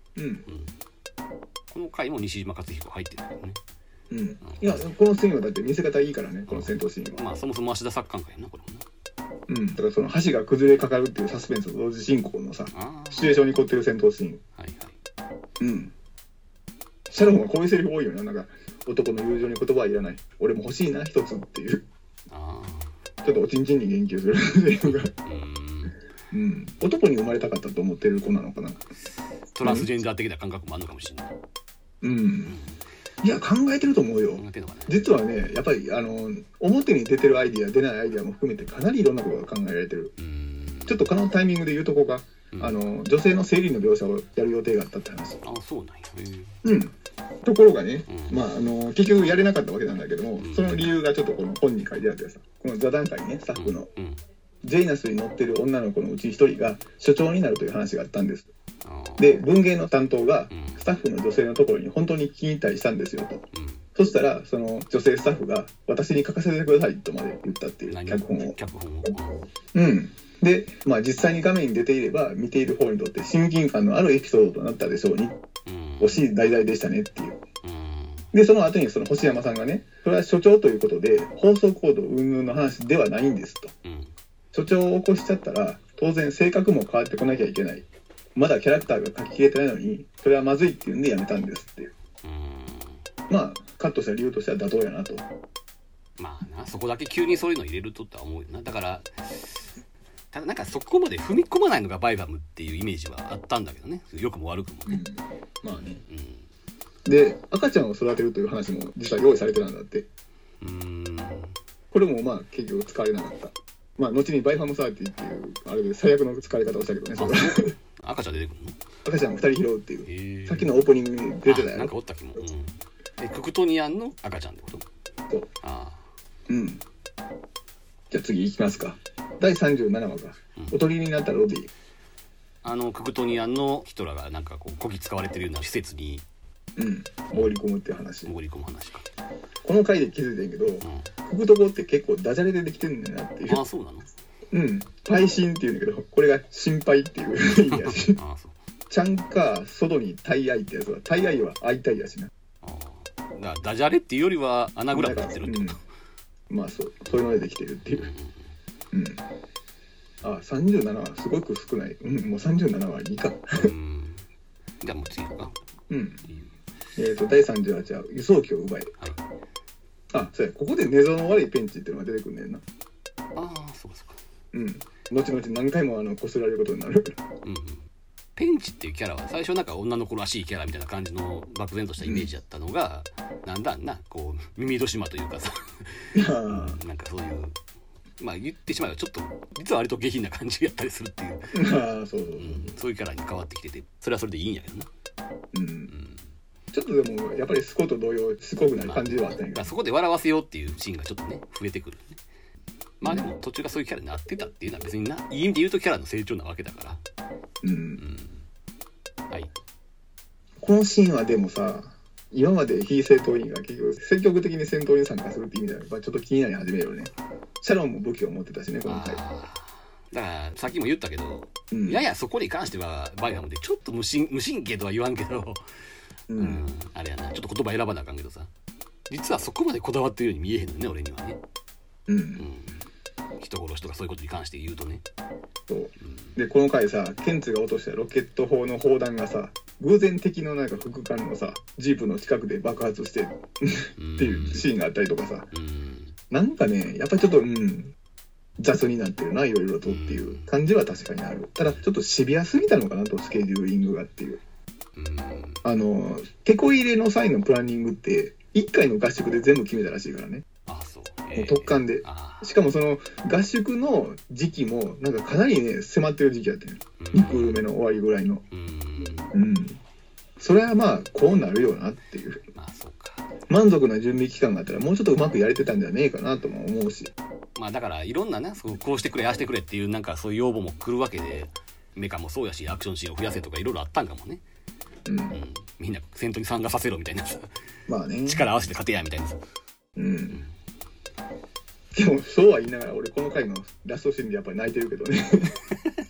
うん、うん、 この回も西島勝彦入ってるんだよね。 うん、いやこのシーンはだって見せ方いいからね、この戦闘シーンは。 まあそもそも芦田作家かやなこれもな。 うん、だからその橋が崩れかかるっていうサスペンスと同時進行のさシチュエーションに凝ってる戦闘シーン。 はいはい。 うん。シャロンはこういうセリフ多いよな。なんか男の友情に言葉はいらない。俺も欲しいな一つっていう。ああ。ちょっとおちんちんに言及するセリフが。うん。うん。男に生まれたかったと思ってる子なのかな。 トランスジェンダー的な感覚もあるのかもしれない。 うん。うんいや考えてると思うよ。ね、実はねやっぱりあの表に出てるアイディア出ないアイディアも含めてかなりいろんなことが考えられてる。ちょっとこのタイミングで言うとこが、うん、あの女性の生理の描写をやる予定があったって話。 あそうなんや。 うんところがね、うん、まああの結局やれなかったわけなんだけども、うん、その理由がちょっとこの本に書いてあってさ、この座談会ねスタッフの、うんうん、ジェイナスに乗ってる女の子のうち一人が所長になるという話があったんです。で文芸の担当がスタッフの女性のところに本当に聞きに行ったりしたんですよと、うん、そしたらその女性スタッフが私に書かせてくださいとまで言ったっていう脚本を脚本をうんで、まあ、実際に画面に出ていれば見ている方にとって親近感のあるエピソードとなったでしょうに、うん、惜しい題材でしたねっていう、うん、でその後にその星山さんがねそれは所長ということで放送コード云々の話ではないんですと、うん、所長を起こしちゃったら当然性格も変わってこなきゃいけない、まだキャラクターが書ききれてないのにそれはまずいっていうんでやめたんですっていう、うん、まあカットした理由としては妥当やなと。 まあなそこだけ急にそういうの入れるとって思うよな。だからただなんかそこまで踏み込まないのがバイバムっていうイメージはあったんだけどね、良くも悪くもね、 うん、まあね、うん、で赤ちゃんを育てるという話も実は用意されてたんだって。うーんこれもまあ結局使われなかった。まあ後にバイファムサーティっていうあれで最悪の使われ方をしたけどね。それ赤ちゃん出てくるの？ 赤ちゃんをふたり拾うっていうさっきのオープニングに出てたよ。 なんかおったっけも、うん、えククトニアンの赤ちゃんってこと？ そうああうんじゃあ次いきますか。だいさんじゅうななわが、うん、おとりになったロディ。 あのククトニアンのヒトラーがなんかこうこき使われてるような施設にうん潜り込むっていう話。 潜り込む話か。 この回で気づいたんやけど、うん、ククトコって結構ダジャレでできてるんだよなっていう。 ああそうなの？ うん耐震っていうんだけどこれが心配っていう意味やしああそうちゃんか外に大愛ってやつは大愛は会いたいやしな。 ああだダジャレっていうよりはアナグラムになってるってこと、 うん、まあそうそういうのでできてるっていううんあさんじゅうななはすごく少ない。うんもうさんじゅうななはいいかうんじゃあもう次かうんえーとだいさんじゅうはちは輸送機を奪え、はい、あそうやここで寝相の悪いペンチっていうのが出てくるんだよな。 ああそうですか。 うん後々何回もあのこすられることになるうん、うん、 ペンチっていうキャラは最初なんか女の子らしいキャラみたいな感じの漠然としたイメージだったのが、うん、なんだんなこう耳戸島というかさうん、なんかそういうまあ言ってしまえばちょっと実は割と下品な感じやったりするっていうあそうそうそう、うん、 そういうキャラに変わってきててそれはそれでいいんやけどなうん、 うんちょっとでもやっぱりスコと同様しつこくなる感じはあったんやけど、 まあ、そこで笑わせようっていうシーンがちょっとね増えてくるね。まあでも途中がそういうキャラになってたっていうのは別にないい意味で言うとキャラの成長なわけだからうん、うん、はいこのシーンはでもさ今まで非戦闘員が結局積極的に戦闘に参加するっていう意味ではやっぱちょっと気になり始めるよね。シャロンも武器を持ってたしねこの回。だからさっきも言ったけど、うん、ややそこに関してはバイハムでちょっと無神無神経とは言わんけどうんうん、あれやなちょっと言葉選ばなあかんけどさ実はそこまでこだわってるように見えへんのね俺にはね、うんうん、人殺しとかそういうことに関して言うとねそう、うん、でこの回さケンツが落としたロケット砲の砲弾がさ偶然敵のなんか副官のさジープの近くで爆発してっていうシーンがあったりとかさ、うん、なんかねやっぱりちょっとうん雑になってるないろいろとっていう感じは確かにある。ただちょっとシビアすぎたのかなとスケジューリングがっていうあのテこ入れの際のプランニングっていっかいの合宿で全部決めたらしいからね。あそう、えー、もう特貫でしかもその合宿の時期もなんかかなりね迫ってる時期だったよにクール目の終わりぐらいのうん、うん、それはまあこうなるよなっていう、まあ、そうか満足な準備期間があったらもうちょっとうまくやれてたんじゃねえかなとも思うしまあだからいろんなねこうしてくれああしてくれっていうなんかそういう要望も来るわけでメカもそうやしアクションシーンを増やせとかいろいろあったんかもね。うんうん、みんな戦闘に参加させろみたいなさ、まあね、力合わせて勝てやみたいなさ、うんうん、 でもそうは言いながら俺この回のラストシーンでやっぱり泣いてるけどね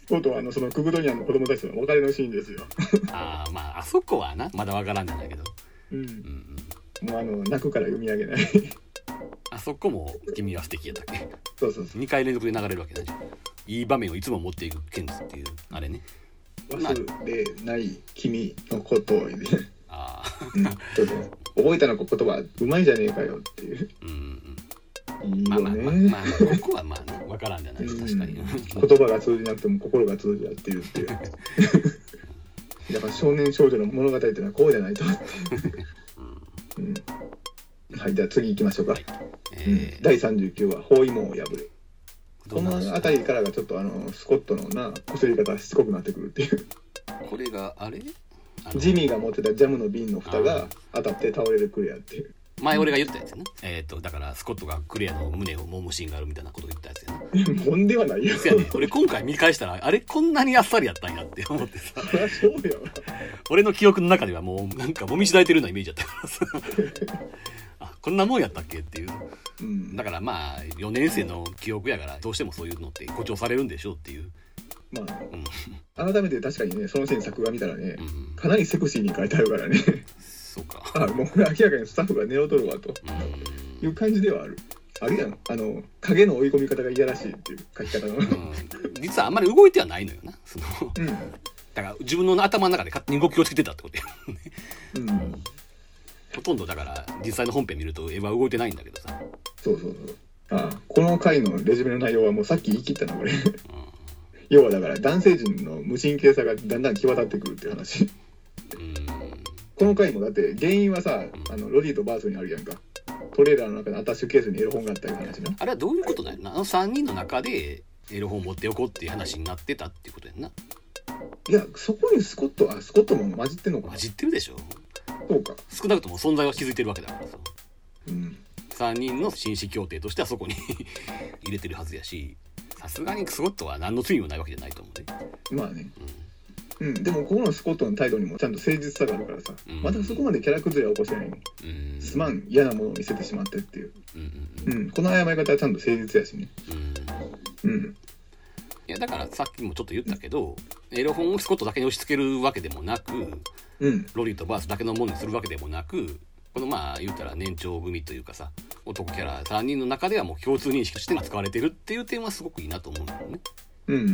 とうとうあのそのクグドニアンの子供たちの別れのシーンですよ。 ああ、まああそこはなまだわからんじゃないけど、 うんうんうん、 もうあの泣くから読み上げないあそこも君は素敵やったっけ。 そうそうそう、 にかい連続で流れるわけだじゃん。いい場面をいつも持っていくケンズっていうあれね。 忘れない君のことをね、 ああ、 うん、そうそう、覚えたの言葉うまいじゃねえかよっていう、 うんうん、 いいよね。 まあまあまあ、まあ、ここはまあね分からんじゃない、確かに言葉が通じなくても心が通じ合っているっていうだから少年少女の物語っていうのはこうじゃないとってうん、うん、はい、じゃあ次行きましょうか、はい、えーうん、だいさんじゅうきゅうわ包囲網を破れ。この辺りからがちょっとあのスコットのなこすり方がしつこくなってくるっていう。 これがあれジミーが持ってたジャムの瓶の蓋が当たって倒れるクレアっていう。 前俺が言ったやつやな、えー、とだからスコットがクレアの胸を揉むシーンがあるみたいなことを言ったやつやな。 もんではないよ。 や、ね、俺今回見返したらあれこんなにあっさりやったんやって思ってさそうや俺の記憶の中ではもうなんか揉みしだいてるようなイメージだったからさあ、こんなもんやったっけっていう、うん、だからまあよねん生の記憶やからどうしてもそういうのって誇張されるんでしょうっていう。 まあ、うん、改めて確かにねそのシーン作画見たらね、うん、かなりセクシーに描いてあるからね。 そうか。 あ、もうこれ明らかにスタッフが狙うとるわという感じではある。あるやん、あの影の追い込み方がいやらしいっていう描き方の、うん、 実はあんまり動いてはないのよなその、うん、だから自分の頭の中で勝手に動きをつけてたってことや、うん、ほとんどだから実際の本編見ると絵は動いてないんだけどさ。 そうそうそう。ああ、この回のレジュメの内容はもうさっき言い切ったなこれ、うん、要はだから男性陣の無神経さがだんだん際立ってくるっていう話。うん、この回もだって原因はさ、あのロディとバースにあるやんか。トレーラーの中でアタッシュケースにエロ本があったいう話な。 あれはどういうことだよな。あのさんにんの中でエロ本持っておこうっていう話になってたっていうことやんな。 いや、そこにスコットはスコットも混じってんのかな。 混じってるでしょ。 そうか。 少なくとも存在は気づいてるわけだからさ、 うん、さんにんの紳士協定としてはそこに入れてるはずやし、さすがにスコットは何の罪もないわけじゃないと思うね。 まあね、うんうん、でもここのスコットの態度にもちゃんと誠実さがあるからさ、うん、またそこまでキャラ崩れは起こしてないの、うん、すまん嫌なものを見せてしまってっていう、うんうんうん、この謝り方はちゃんと誠実やしね、うんうん、 いやだからさっきもちょっと言ったけど、エロ本をスコットだけに押し付けるわけでもなく、うん、ロリーとバースだけのものにするわけでもなく、このまあ言うたら年長組というかさ男キャラさんにんの中ではもう共通認識として使われてるっていう点はすごくいいなと思うんだよね。うんうんうん、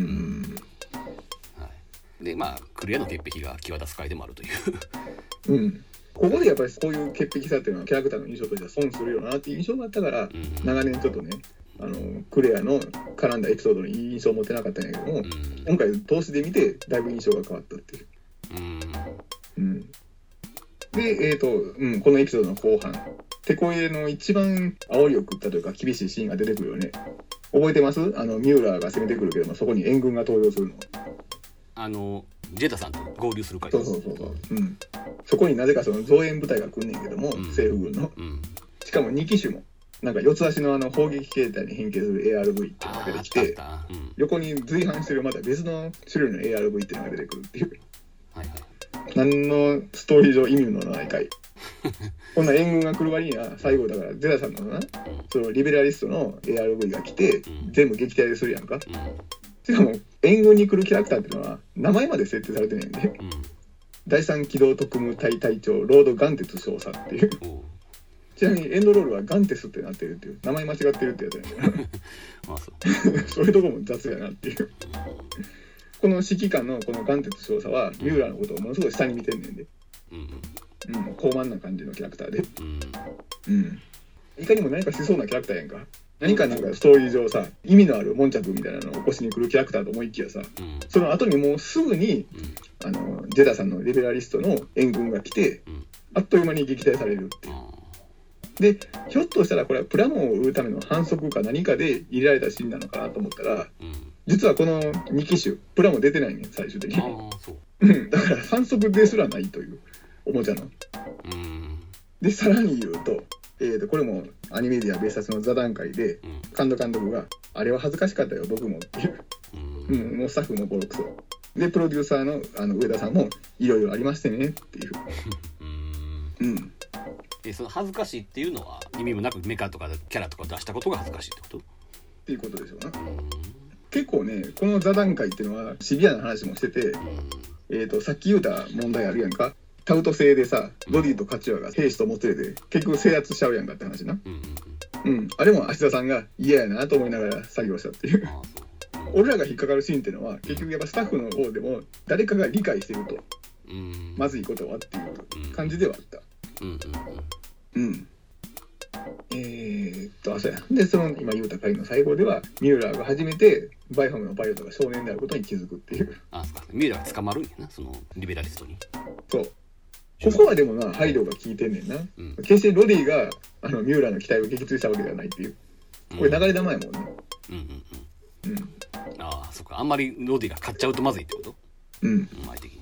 はい、でまあクレアの潔癖が際立つ回でもあるといううん、ここでやっぱりこういう潔癖さっていうのはキャラクターの印象としては損するよなっていう印象があったから、うん、長年ちょっとねあのクレアの絡んだエピソードにいい印象を持ってなかったんやけども、うん、今回投資で見てだいぶ印象が変わったっていう、うんうん、で、えーとうん、このエピソードの後半テコエの一番煽りを食ったというか厳しいシーンが出てくるよね。覚えてます？あのミューラーが攻めてくるけどもそこに援軍が登場するの。 あのジェタさんと合流する回です。そうそうそうそう、うん、そこになぜかその増援部隊が来んねんけども、うん、政府軍の、うん、しかもに機種もなんか四つ足のあの砲撃形態に変形する エーアールブイ っていうのが出てきて、うん、横に随伴してるまた別の種類の エーアールブイ っていうのが出てくるっていう、はいはい、何のストーリー上意味のない回こんな援軍が来る割には最後だからゼラさんのな、うん、そのリベラリストの エーアールブイ が来て、うん、全部撃退するやんか、うん、しかも援軍に来るキャラクターっていうのは名前まで設定されてないんで、うん、だいさん機動特務隊隊長ロード・ガンテス少佐っていうちなみにエンドロールはガンテスってなってるっていう名前間違ってるってやつやねあそうそういうとこも雑やなっていうこの指揮官のこのガンテス少佐はミューラーのことをものすごい下に見てんねんで、うんうん、高慢な感じのキャラクターで、うんうん、いかにも何かしそうなキャラクターやんか。何かなんかストーリー上さ意味のある悶着みたいなのを起こしに来るキャラクターと思いきやさ、うん、その後にもうすぐに、うん、あのジェダさんのリベラリストの援軍が来て、うん、あっという間に撃退されるっていう。でひょっとしたらこれはプラモンを売るための反則か何かで入れられたシーンなのかなと思ったら、うん、実はこのに機種プラモン出てないねん最終的に。あそう、うん、だから反則ですらないというおもちゃの、うん、でさらに言うとえー、とこれもアニメディア別冊の座談会で、うん、神田監督があれは恥ずかしかったよ僕もっていう、うんうん、もうスタッフもボロクソでプロデューサー の, あの上田さんもいろいろありましてねっていううん、 えその恥ずかしいっていうのは意味もなくメカとかキャラとか出したことが恥ずかしいってことっていうことでしょうな。 結構ねこの座談会っていうのはシビアな話もしてて、うんえー、とさっき言うた問題あるやんか。タウト制でさロディとカチュアが兵士ともつれて結局制圧しちゃうやんかって話な。うん、うん、あれも芦田さんが嫌やなと思いながら作業したっていう俺らが引っかかるシーンっていうのは結局やっぱスタッフの方でも誰かが理解してると、うん、まずいことはっていう感じではあった。うん、うんうんえー、っとあそうやでその今言うた回の最後ではミューラーが初めてバイファムのパイロットが少年であることに気づくっていう。 あそうかミューラーが捕まるんやなそのリベラリストに。 そうここはでもな配慮が効いてんねんな、うん、決してロディがあのミューラーの期待を撃墜したわけではないっていうこれ流れ玉やもんね。うんうんうんうんああそっかあんまりロディが買っちゃうとまずいってこと。うん前的に、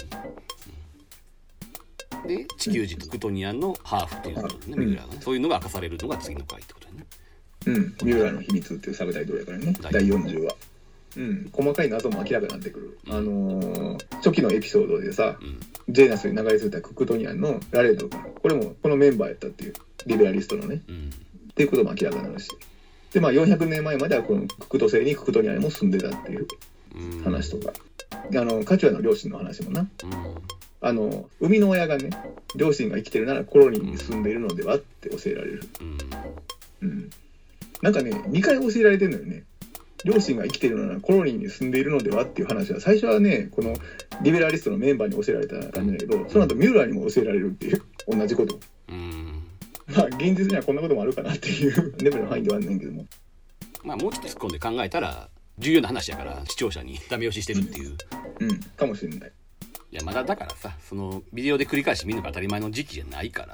うん、で地球人とクトニアンのハーフっていうことでね、うん、ミューラーがねそういうのが明かされるのが次の回ってことだね。 うんミューラーの秘密っていうサブタイトルやからねだいよんじゅうわ。うん細かい謎も明らかになってくる、うん、あのー、初期のエピソードでさ、うん、ジェーナスに流れ着いたククトニアンのラレードがこれもこのメンバーやったっていうリベラリストのね、うん、っていうことも明らかになるしで、まあ、よんひゃくねんまえまではこのククト星にククトニアンも住んでたっていう話とか、うん、あのカチュアの両親の話もな、うん、あの生みの親がね両親が生きてるならコロニーに住んでいるのではって教えられる、うんうん、なんかねにかい教えられてるのよね。両親が生きているのならコロニーに住んでいるのではっていう話は最初はねこのリベラリストのメンバーに教えられた感じだけどその後ミューラーにも教えられるっていう同じこと。うんまあ現実にはこんなこともあるかなっていうレベルの範囲ではあんねんけどもまあもうちょっと突っ込んで考えたら重要な話やから視聴者にダメ押ししてるっていううんかもしれない。 いやまだだからさそのビデオで繰り返し見るのが当たり前の時期じゃないから、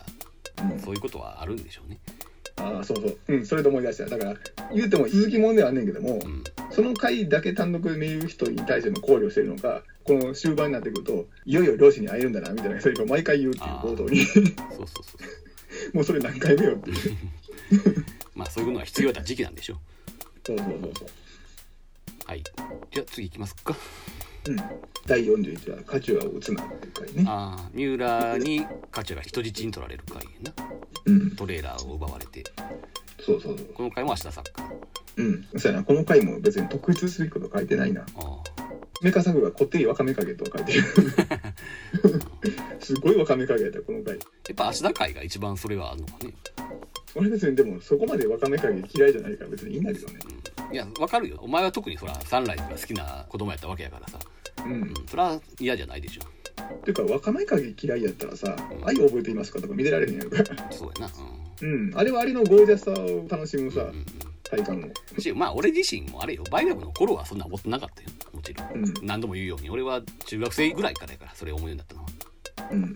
うん、そういうことはあるんでしょうね。 ああそうそううんそれで思い出した。だから言うても続きもんではあんねんけども、うん、その回だけ単独で見る人に対しての考慮してるのかこの終盤になってくるといよいよ両親に会えるんだなみたいなセリフを毎回言うっていう冒頭にそうそうそうもうそれ何回目よっていうまあそういうのが必要だった時期なんでしょう。 そうそうそうそうはいじゃあ次行きますか。 うん、だいよんじゅういちわカチュアを撃つなっていう回ね。 ああミューラーにカチュアが人質に取られる回やな、うん、トレーラーを奪われてそうそうそうこの回も明日作家うんそうやなこの回も別に特筆すること書いてないな。あメカサグがこってりわかめかげと書いてるすごいわかめかげやったこの回。やっぱ芦田回が一番それはあるのかね。 俺別にでもそこまでわかめかげ嫌いじゃないから別にいいんだけどね、 うん、いやわかるよお前は特にそらサンライズが好きな子供やったわけやからさ、うんうん、それは嫌じゃないでしょ。 ていうかわかめかげ嫌いやったらさ、うん、愛を覚えていますかとか見てられへんやろからそうやな、 うん、うん、あれはあれのゴージャスさを楽しむさ、うんうんうん、体感もまあ俺自身もあれよバイラブの頃はそんな思ってなかったよもちろん、うん、何度も言うように俺は中学生ぐらいからやからそれ思うようになったのはうん、うん、はい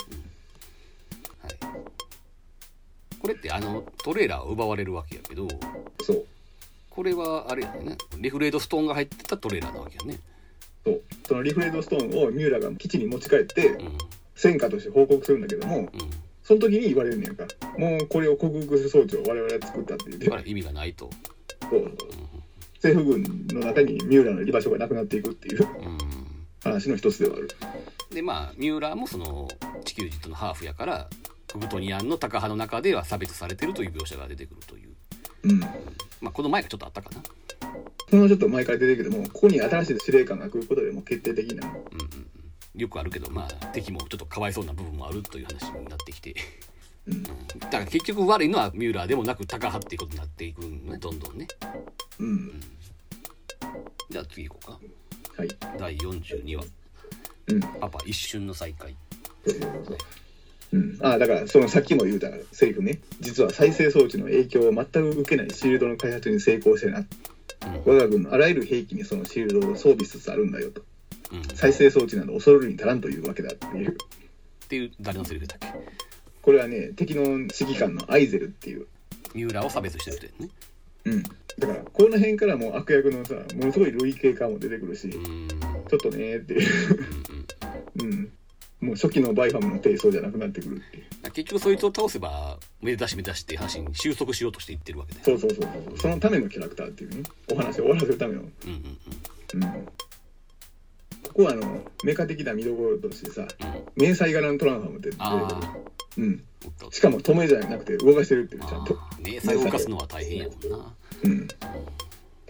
これってあのトレーラーを奪われるわけやけどそうこれはあれやねリフレードストーンが入ってたトレーラーなわけやね。 そうそのリフレードストーンをミューラが基地に持ち帰って、うん、戦果として報告するんだけども、うん、その時に言われるねんかもうこれを克服する装置を我々は作ったって言ってだから意味がないとそうそう、うん、政府軍の中にミューラの居場所がなくなっていくっていう、うん、話の一つではある。 でまあミューラーもその地球人とのハーフやからクグトニアンのタカ派の中では差別されてるという描写が出てくるという、うんまあ、この前がちょっとあったかな。 そのちょっと前から出てるけどもここに新しい司令官が来ることでも決定的な、うんうんうん、よくあるけどまあ敵もちょっとかわいそうな部分もあるという話になってきて、うんうん、だから結局悪いのはミューラーでもなくタカ派っていうことになっていくねどんどんね、うんうん、じゃあ次行こうか、はい、だいよんじゅうにわ、うん、パパ一瞬の再会。そうそうそううん、ああだからそのさっきも言うたセリフね実は再生装置の影響を全く受けないシールドの開発に成功してな、うん、我が軍のあらゆる兵器にそのシールドを装備しつつあるんだよと、うん、再生装置など恐れるに足らんというわけだっていうっていう誰のセリフだっけ。 これはね敵の指揮官のアイゼルっていうミューラーを差別してる人ね。 うんだからこの辺からもう悪役のさものすごい類型感も出てくるし、うん、ちょっとねーっていううん、うんもう初期のバイファムの低層じゃなくなってくるっていう。 結局そいつを倒せば目指し目指しって話に収束しようとしていってるわけでそうそうそうそうそのためのキャラクターっていうねお話を終わらせるためのうんうんうん、うん、ここはあのメカ的な見どころとしてさ、うん、迷彩柄のトランファムって出てくる、うん、しかも止めじゃなくて動かしてるっていうちゃんと迷彩を動かすのは大変やもんな、うん、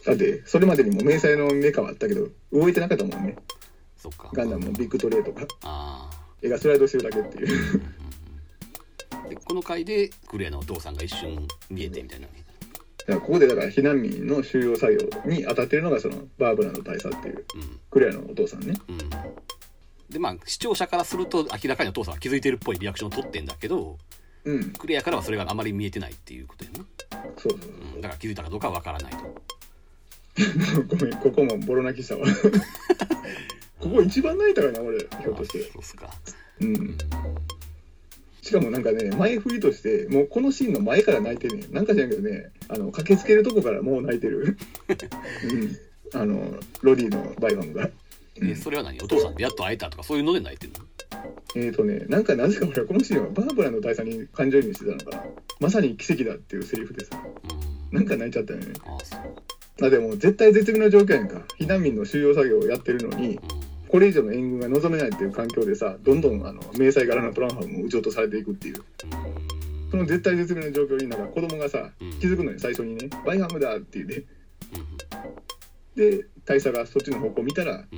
だってそれまでにも迷彩のメカはあったけど動いてなかったもんね。 そっか。 ガンダムのビッグトレイとかあ絵がスライドしてるだけっていう、 うん、でこの回でクレアのお父さんが一瞬見えてみたいな。 だからここでだから避難民の収容作業に当たってるのがそのバーブラの大佐っていう、うん、クレアのお父さんね、うん、 でまあ視聴者からすると明らかにお父さんは気づいてるっぽいリアクションを取ってんだけど、うん、クレアからはそれがあまり見えてないっていうことやね。 そうそうそう、 うん、だから気づいたかどうかは分からないとごめんここもボロ泣きしたわここ一番泣いたかな俺ひょっとして。 そうっすか。 うん、うん、しかもなんかね前振りとしてもうこのシーンの前から泣いてねなんかじゃんけどねあの駆けつけるとこからもう泣いてる、うん、あのロディのバイファムが、 うん、それは何お父さんとやっと会えたとかそういうので泣いてるの？ えーとねなんかなぜか俺はこのシーンはバーブラの大佐に感情移入してたのかな。まさに奇跡だっていうセリフでさ、うん、なんか泣いちゃったよね。ああそうあでも絶対絶命の状況やんか。避難民の収容作業をやってるのに、うん、これ以上の援軍が望めないっていう環境でさどんどんあの迷彩柄のトランハームを撃ち落とされていくっていう、うん、その絶対絶命の状況になんか子供がさ、うん、気づくのに最初にねバイハムだって言って、うん、で大佐がそっちの方向見たら、うんうん、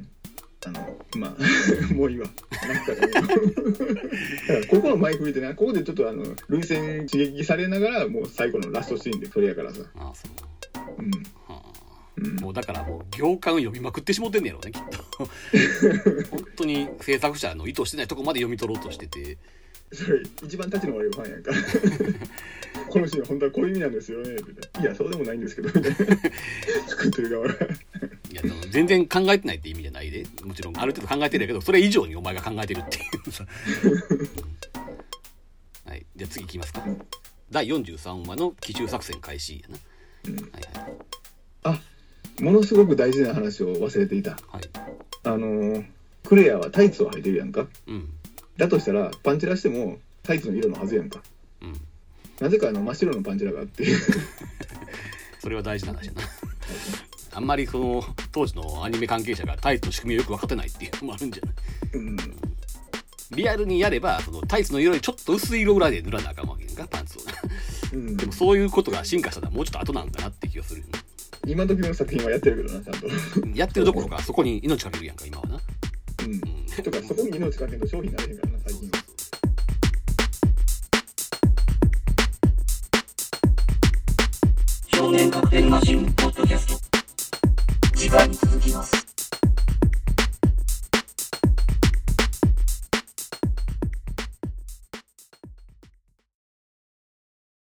あのまあもういいわなんかだからここの前振りでねここでちょっとあの涙腺刺激されながらもう最後のラストシーンでそれやからさ。ああそう、うんはあうん、もうだからもう行間を読みまくってしもてんねやろうねきっと本当に制作者の意図してないとこまで読み取ろうとしててそれ一番たちの悪いファンやんかこのシーンは本当はこういう意味なんですよねっていやそうでもないんですけど作ってる側がいやでも全然考えてないって意味じゃないでもちろんある程度考えてるけどそれ以上にお前が考えてるっていうさはいじゃあ次いきますか、うん、だいよんじゅうさんわの奇襲作戦開始やな、うんはいはい、 あものすごく大事な話を忘れていた、はい、あのー、クレアはタイツを履いてるやんか、うん、だとしたらパンチラしてもタイツの色のはずやんか、うん、なぜかあの真っ白のパンチラがあってそれは大事な話やなあんまりその当時のアニメ関係者がタイツの仕組みをよく分かってないっていうのもあるんじゃない、うん、リアルにやればそのタイツの色よりちょっと薄い色ぐらいで塗らなあかんわけやんかパンツを、うん、でもそういうことが進化したのはもうちょっと後なんかなって気がするよね。 今時の作品はやってるけどなちゃんとやってるどころかそこに命かけるやんか今はな、 うん、うん、とかそこに命かけると商品になれへんからな最近は。 少年カクテルマシンポッドキャスト次回に続きます。